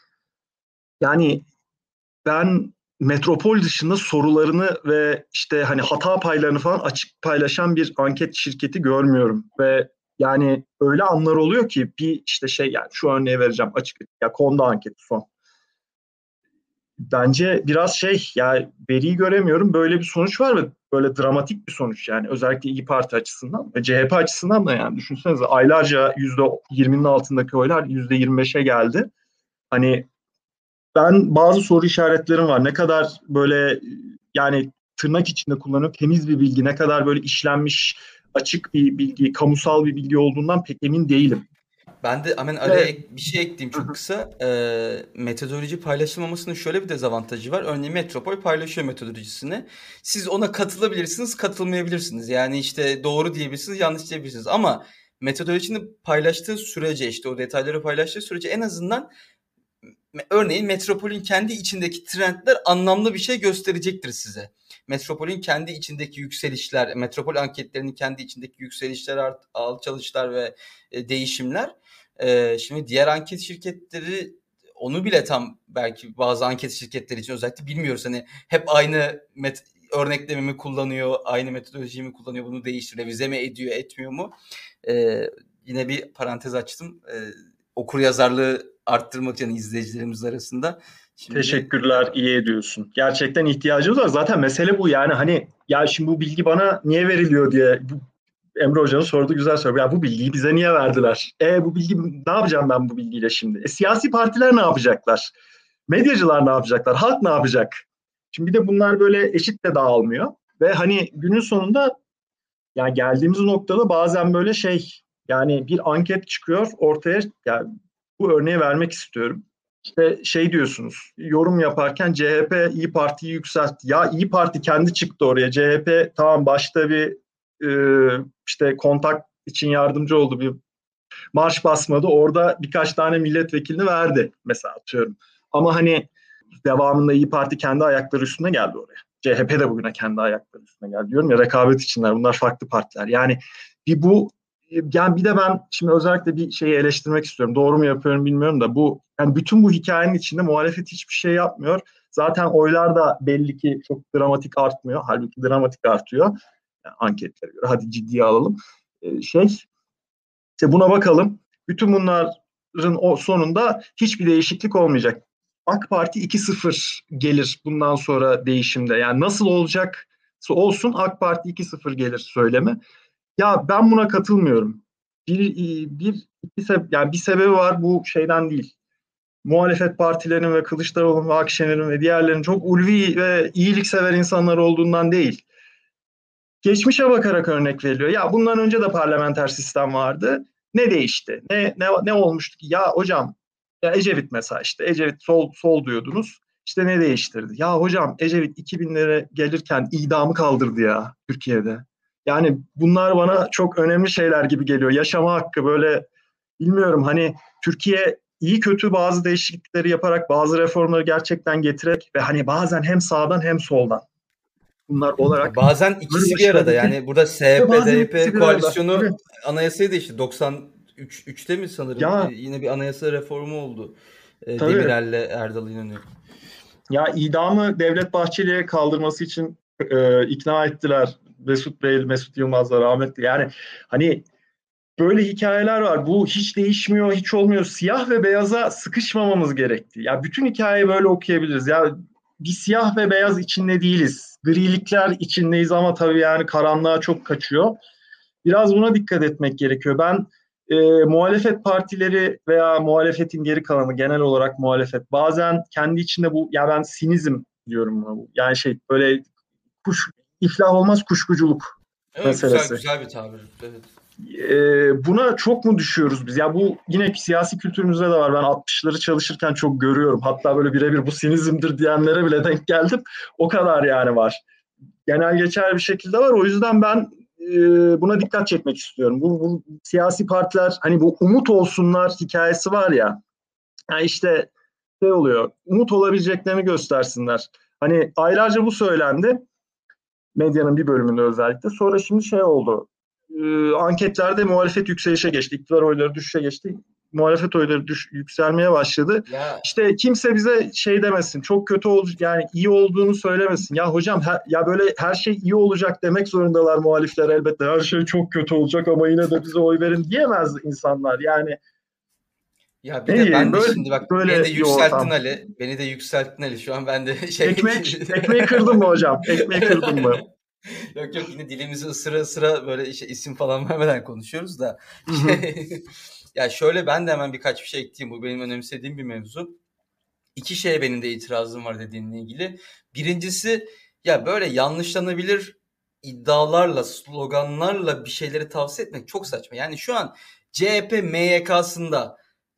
yani ben metropol dışında sorularını ve işte hani hata paylarını falan açık paylaşan bir anket şirketi görmüyorum. Ve yani öyle anlar oluyor ki, bir işte şey, yani şu örneği vereceğim açık. Ya Konda anketi son. Bence biraz şey, yani veriyi göremiyorum, böyle bir sonuç var ve böyle dramatik bir sonuç, yani özellikle İyi Parti açısından ve C H P açısından da. Yani düşünsenize, aylarca yüzde yirminin altındaki oylar yüzde yirmi beşe geldi. Hani ben bazı soru işaretlerim var. Ne kadar böyle, yani tırnak içinde kullanıyorum, temiz bir bilgi, ne kadar böyle işlenmiş, açık bir bilgi, kamusal bir bilgi olduğundan pek emin değilim.
Ben de hemen araya
Evet.
ek- bir şey ekleyeyim çok kısa. Ee, metodoloji paylaşılmamasının şöyle bir dezavantajı var. Örneğin Metropol paylaşıyor metodolojisini. Siz ona katılabilirsiniz, katılmayabilirsiniz. Yani işte doğru diyebilirsiniz, yanlış diyebilirsiniz. Ama metodolojisini paylaştığı sürece, işte o detayları paylaştığı sürece en azından örneğin Metropol'ün kendi içindeki trendler anlamlı bir şey gösterecektir size. Metropol'ün kendi içindeki yükselişler, Metropol anketlerinin kendi içindeki yükselişler, alçalışlar ve e, değişimler. E, şimdi diğer anket şirketleri onu bile tam belki bazı anket şirketleri için özellikle bilmiyoruz. Hani hep aynı met- örneklememi kullanıyor, aynı metodolojiyi mi kullanıyor, bunu değiştiriyor, revize mi ediyor, etmiyor mu? E, yine bir parantez açtım. E, okur yazarlığı arttırmak için izleyicilerimiz arasında. Şimdi...
Teşekkürler, iyi ediyorsun. Gerçekten ihtiyacımız var. Zaten mesele bu yani hani ya şimdi bu bilgi bana niye veriliyor diye bu, Emre Hoca'nın sorduğu güzel soru. Ya bu bilgiyi bize niye verdiler? E bu bilgi ne yapacağım ben bu bilgiyle şimdi? E, siyasi partiler ne yapacaklar? Medyacılar ne yapacaklar? Halk ne yapacak? Şimdi bir de bunlar böyle eşit de dağılmıyor. Ve hani günün sonunda yani geldiğimiz noktada bazen böyle şey yani bir anket çıkıyor ortaya yani bu örneği vermek istiyorum. İşte şey diyorsunuz yorum yaparken C H P İyi Parti'yi yükseltti. Ya İyi Parti kendi çıktı oraya. C H P tamam başta bir e, işte kontak için yardımcı oldu bir marş basmadı. Orada birkaç tane milletvekilini verdi mesela atıyorum. Ama hani devamında İyi Parti kendi ayakları üstüne geldi oraya. C H P de bugüne kendi ayakları üstüne geldi diyorum ya rekabet içinler. Bunlar farklı partiler. Yani bir bu yani bir de ben şimdi özellikle bir şeyi eleştirmek istiyorum. Doğru mu yapıyorum bilmiyorum da bu yani bütün bu hikayenin içinde muhalefet hiçbir şey yapmıyor. Zaten oylar da belli ki çok dramatik artmıyor. Halbuki dramatik artıyor. Yani anketlere göre hadi ciddiye alalım. Ee, şey işte buna bakalım. Bütün bunların o sonunda hiçbir değişiklik olmayacak. AK Parti iki sıfır gelir bundan sonra değişimde. Yani nasıl olacak olsun AK Parti iki sıfır gelir söylemi. Ya ben buna katılmıyorum. Bir, bir, iki sebe- yani bir sebebi var bu şeyden değil. Muhalefet partilerinin ve Kılıçdaroğlu'nun ve Akşener'in ve diğerlerinin çok ulvi ve iyiliksever insanlar olduğundan değil. Geçmişe bakarak örnek veriliyor. Ya bundan önce de parlamenter sistem vardı. Ne değişti? Ne ne ne olmuştu ki? Ya hocam ya Ecevit mesela işte Ecevit sol sol diyordunuz. İşte ne değiştirdi? Ya hocam Ecevit iki binlere gelirken idamı kaldırdı ya Türkiye'de. Yani bunlar bana çok önemli şeyler gibi geliyor. Yaşama hakkı böyle bilmiyorum hani Türkiye iyi kötü bazı değişiklikleri yaparak bazı reformları gerçekten getirerek ve hani bazen hem sağdan hem soldan bunlar
Ya
olarak
bazen ikisi bir arada.
başarıdaki
Yani burada
ve
C H P
bazen ikisi
D H P
bir arada.
koalisyonu
Evet.
anayasayı değişti. doksan üç üçte mi sanırım e,
Ya
yine bir anayasa reformu oldu. E,
tabii.
Demirel'le Erdal İnönü.
Ya idamı Devlet Bahçeli'ye kaldırması için e, ikna ettiler. Mesut Bey, Mesut Yılmaz'la rahmetli. Yani hani böyle hikayeler var. Bu hiç değişmiyor, hiç olmuyor. Siyah ve beyaza sıkışmamamız gerekti. Ya bütün hikayeyi böyle okuyabiliriz. Ya bir siyah ve beyaz içinde değiliz. Grilikler içindeyiz ama tabii yani karanlığa çok kaçıyor. Biraz buna dikkat etmek gerekiyor. Ben e, muhalefet partileri veya muhalefetin geri kalanı genel olarak muhalefet bazen kendi içinde bu ya ben sinizm diyorum buna. Yani şey böyle kuş iflah olmaz kuşkuculuk
Evet, güzel
meselesi.
güzel bir tabir. Evet.
E, buna çok mu düşüyoruz biz? Ya bu yine siyasi kültürümüzde de var. Ben altmışları çalışırken çok görüyorum. Hatta böyle birebir bu sinizmdir diyenlere bile denk geldim. O kadar yani var. Genel geçer bir şekilde var. O yüzden ben e, buna dikkat çekmek istiyorum. Bu, bu siyasi partiler hani bu umut olsunlar hikayesi var ya. Yani işte şey oluyor. Umut olabileceklerini göstersinler. Hani aylarca bu söylendi. Medyanın bir bölümünde özellikle. Sonra şimdi şey oldu. E, anketlerde muhalefet yükselişe geçti. İktidar oyları düşüşe geçti. Muhalefet oyları düş, yükselmeye başladı.
Ya
İşte kimse bize şey demesin. Çok kötü ol yani iyi olduğunu söylemesin. Ya hocam her, ya böyle her şey iyi olacak demek zorundalar muhalifler elbette. Her şey çok kötü olacak ama yine de bize oy verin diyemez insanlar. Yani
ya bir
ne
de
diyeyim
ben de
böyle
şimdi bak beni de
böyle bir
yükselttin
ortam.
Ali. Beni de yükselttin Ali. Şu an ben de şey
Ekmek ekmeği kırdın mı hocam? Ekmeği kırdın mı?
Yok yok, yine dilimizi ısıra ısıra böyle işte isim falan vermeden konuşuyoruz da.
Hı hı.
Şey, ya şöyle ben de hemen birkaç bir şey ekleyeyim. Bu benim önemsediğim bir mevzu. İki şeye benim de itirazım var dediğinle ilgili. Birincisi ya böyle yanlışlanabilir iddialarla, sloganlarla bir şeyleri tavsiye etmek çok saçma. Yani şu an C H P M Y K'sında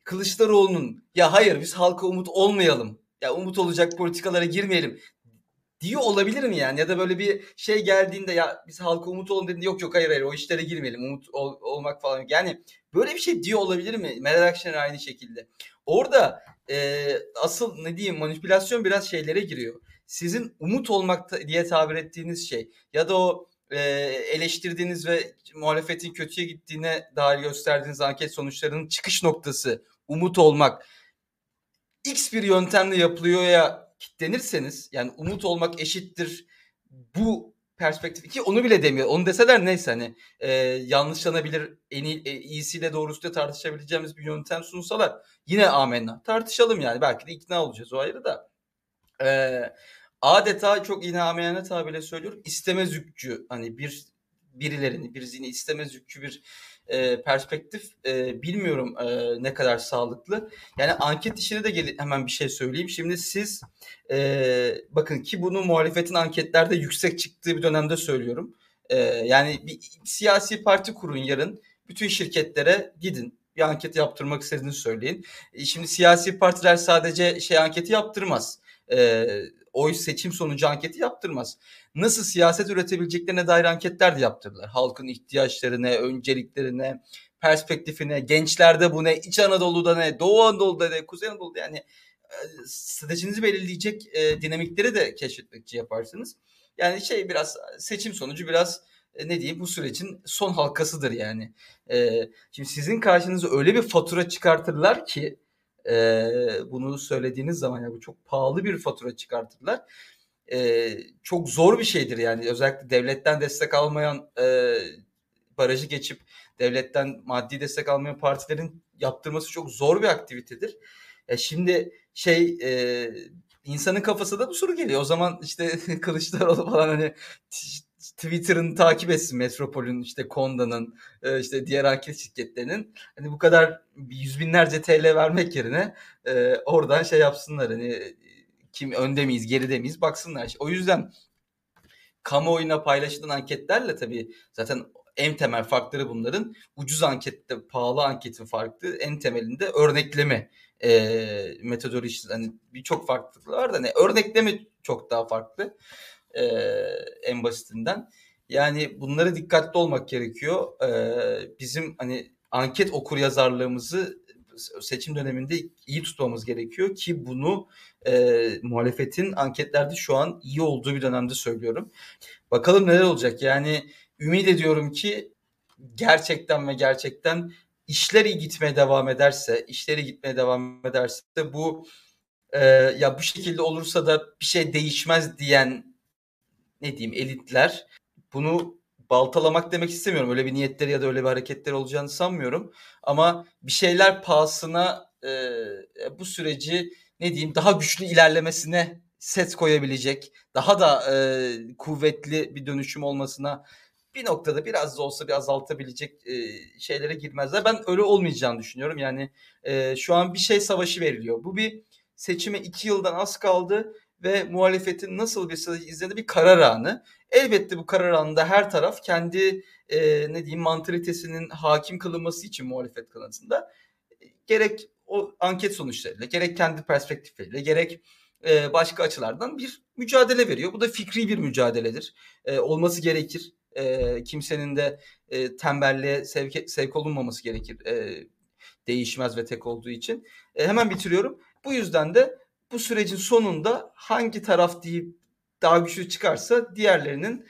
Kılıçdaroğlu'nun ya hayır biz halka umut olmayalım, ya umut olacak politikalara girmeyelim diyor olabilir mi yani? Ya da böyle bir şey geldiğinde ya biz halka umut olun dediğinde yok yok hayır hayır o işlere girmeyelim umut ol, olmak falan. Yani böyle bir şey diyor olabilir mi? Meral Akşener aynı şekilde. Orada e, asıl ne diyeyim manipülasyon biraz şeylere giriyor. Sizin umut olmak diye tabir ettiğiniz şey ya da o e, eleştirdiğiniz ve muhalefetin kötüye gittiğine dair gösterdiğiniz anket sonuçlarının çıkış noktası umut olmak X bir yöntemle yapılıyor ya kitlenirseniz yani umut olmak eşittir bu perspektif ki onu bile demiyor. Onu deseler neyse hani e, yanlışlanabilir en iyi, e, iyisiyle doğrusuyla tartışabileceğimiz bir yöntem sunsalar yine amenna. Tartışalım yani belki de ikna olacağız o ayrı da. E, adeta çok yine amiyane tabirle söylüyorum istemezükçü hani bir birilerini bir zihni istemezükçü bir e, perspektif e, bilmiyorum e, ne kadar sağlıklı. Yani anket işine de gel- hemen bir şey söyleyeyim. Şimdi siz e, bakın ki bunu muhalefetin anketlerde yüksek çıktığı bir dönemde söylüyorum. E, yani bir siyasi parti kurun yarın. Bütün şirketlere gidin. Bir anket yaptırmak istediğini söyleyin. E, şimdi siyasi partiler sadece şey anketi yaptırmaz. E, oy seçim sonucu anketi yaptırmaz. Nasıl siyaset üretebileceklerine dair anketler de yaptırdılar. Halkın ihtiyaçlarına, önceliklerine, perspektifine, gençlerde bu ne, İç Anadolu'da ne, Doğu Anadolu'da ne, Kuzey Anadolu'da yani e, stratejinizi belirleyecek e, dinamikleri de keşfetmekçi yaparsınız. Yani şey biraz seçim sonucu biraz e, ne diyeyim bu sürecin son halkasıdır yani. E, şimdi sizin karşınıza öyle bir fatura çıkartırlar ki e, bunu söylediğiniz zaman ya bu çok pahalı bir fatura çıkartırlar. E, çok zor bir şeydir yani özellikle devletten destek almayan e, barajı geçip devletten maddi destek almayan partilerin yaptırması çok zor bir aktivitedir. Ya şimdi şey e, insanın kafasında bu soru geliyor. O zaman işte Kılıçdaroğlu falan hani Twitter'ını takip etsin Metropol'ün işte Konda'nın e, işte diğer anket şirketlerinin hani bu kadar yüz binlerce T L vermek yerine e, oradan şey yapsınlar hani kim önde miyiz geride miyiz baksınlar. O yüzden kamuoyuna paylaşılan anketlerle tabii zaten en temel farkları bunların ucuz ankette pahalı anketin farklı en temelinde örnekleme e, metodolojisi hani birçok farklılık var da ne örnekleme çok daha farklı e, en basitinden. Yani bunlara dikkatli olmak gerekiyor. E, bizim hani anket okuryazarlığımızı seçim döneminde iyi tutmamız gerekiyor ki bunu e, muhalefetin anketlerde şu an iyi olduğu bir dönemde söylüyorum. Bakalım neler olacak. Yani ümit ediyorum ki gerçekten ve gerçekten işler iyi gitmeye devam ederse, işleri gitmeye devam ederse bu e, ya bu şekilde olursa da bir şey değişmez diyen ne diyeyim elitler bunu baltalamak demek istemiyorum. Öyle bir niyetleri ya da öyle bir hareketleri olacağını sanmıyorum. Ama bir şeyler pahasına e, bu süreci ne diyeyim daha güçlü ilerlemesine set koyabilecek, daha da e, kuvvetli bir dönüşüm olmasına bir noktada biraz da olsa bir azaltabilecek e, şeylere girmezler. Ben öyle olmayacağını düşünüyorum. Yani e, şu an bir şey savaşı veriliyor. Bu bir seçime iki yıldan az kaldı ve muhalefetin nasıl bir strateji izlediği bir karar anı. Elbette bu karar anında her taraf kendi e, ne diyeyim mantalitesinin hakim kılınması için muhalefet kanadında e, gerek o anket sonuçlarıyla, gerek kendi perspektifleriyle, gerek e, başka açılardan bir mücadele veriyor. Bu da fikri bir mücadeledir. E, olması gerekir. E, kimsenin de e, tembelliğe sevk, sevk olunmaması gerekir. E, değişmez ve tek olduğu için. E, hemen bitiriyorum. Bu yüzden de bu sürecin sonunda hangi taraf deyip daha güçlü çıkarsa diğerlerinin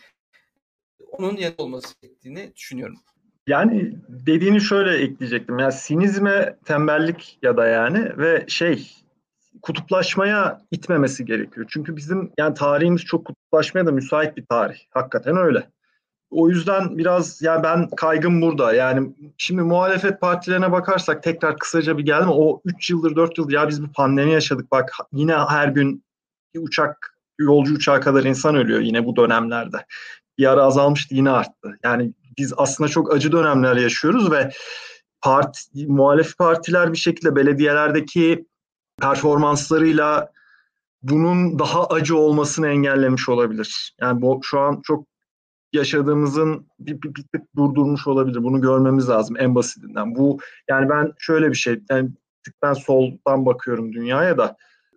onun yanında olması gerektiğini düşünüyorum.
Yani dediğini şöyle ekleyecektim. Yani sinizme, tembellik ya da yani ve şey kutuplaşmaya itmemesi gerekiyor. Çünkü bizim yani tarihimiz çok kutuplaşmaya da müsait bir tarih. Hakikaten öyle. O yüzden biraz ya ben kaygım burada. Yani şimdi muhalefet partilerine bakarsak tekrar kısaca bir geldim. O üç yıldır dört yıldır ya biz bir pandemi yaşadık. Bak yine her gün bir uçak yolcu uçağı kadar insan ölüyor yine bu dönemlerde. Bir ara azalmıştı yine arttı. Yani biz aslında çok acı dönemler yaşıyoruz ve parti, muhalef partiler bir şekilde belediyelerdeki performanslarıyla bunun daha acı olmasını engellemiş olabilir. Yani bu şu an çok yaşadığımızın bir, bir, bir tık durdurmuş olabilir. Bunu görmemiz lazım en basitinden. Bu yani ben şöyle bir şey, yani ben soldan bakıyorum dünyaya da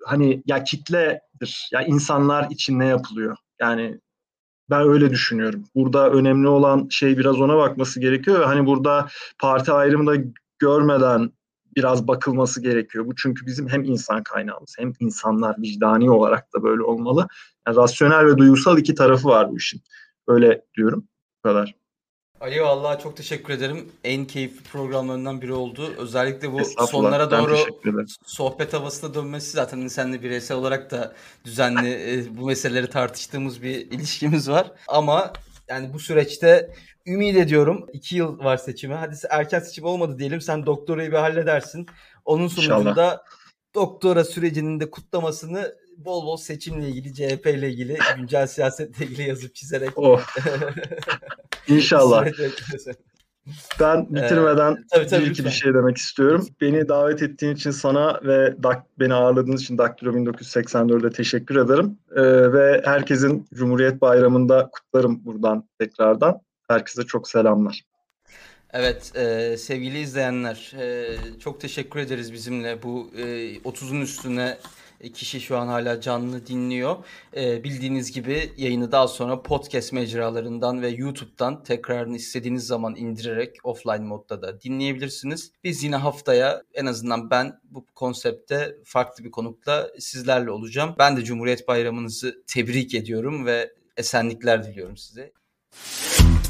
hani ya kitledir. Ya insanlar için ne yapılıyor? Yani ben öyle düşünüyorum. Burada önemli olan şey biraz ona bakması gerekiyor ve hani burada parti ayrımı da görmeden biraz bakılması gerekiyor. Bu çünkü bizim hem insan kaynağımız hem insanlar vicdani olarak da böyle olmalı. Yani rasyonel ve duygusal iki tarafı var bu işin. Öyle diyorum. Bu kadar.
Ali vallahi çok teşekkür ederim. En keyifli programlarından biri oldu. Özellikle bu
Estağfurullah.
sonlara
Ben
doğru
teşekkür ederim.
sohbet havasına dönmesi zaten hani seninle bireysel olarak da düzenli e, bu meseleleri tartıştığımız bir ilişkimiz var. Ama yani bu süreçte ümit ediyorum. iki yıl var seçime. Hadi erken seçim olmadı diyelim. Sen doktorayı bir halledersin. Onun
İnşallah.
sonucunda doktora sürecinin de kutlamasını bol bol seçimle ilgili, C H P ile ilgili, güncel siyasetle ilgili yazıp çizerek
Oh. İnşallah. Ben bitirmeden
ee, tabii, tabii,
bir iki
lütfen.
bir şey demek istiyorum. Beni davet ettiğin için sana ve dak, beni ağırladığınız için Daktilo bin dokuz yüz seksen dörde teşekkür ederim. Ee, ve herkesin Cumhuriyet Bayramı'nda kutlarım buradan tekrardan. Herkese çok selamlar.
Evet, e, sevgili izleyenler, e, çok teşekkür ederiz bizimle. Bu e, otuzun üstüne kişi şu an hala canlı dinliyor. E, bildiğiniz gibi yayını daha sonra podcast mecralarından ve YouTube'dan tekrarını istediğiniz zaman indirerek offline modda da dinleyebilirsiniz. Biz yine haftaya en azından ben bu konsepte farklı bir konukla sizlerle olacağım. Ben de Cumhuriyet Bayramınızı tebrik ediyorum ve esenlikler diliyorum size.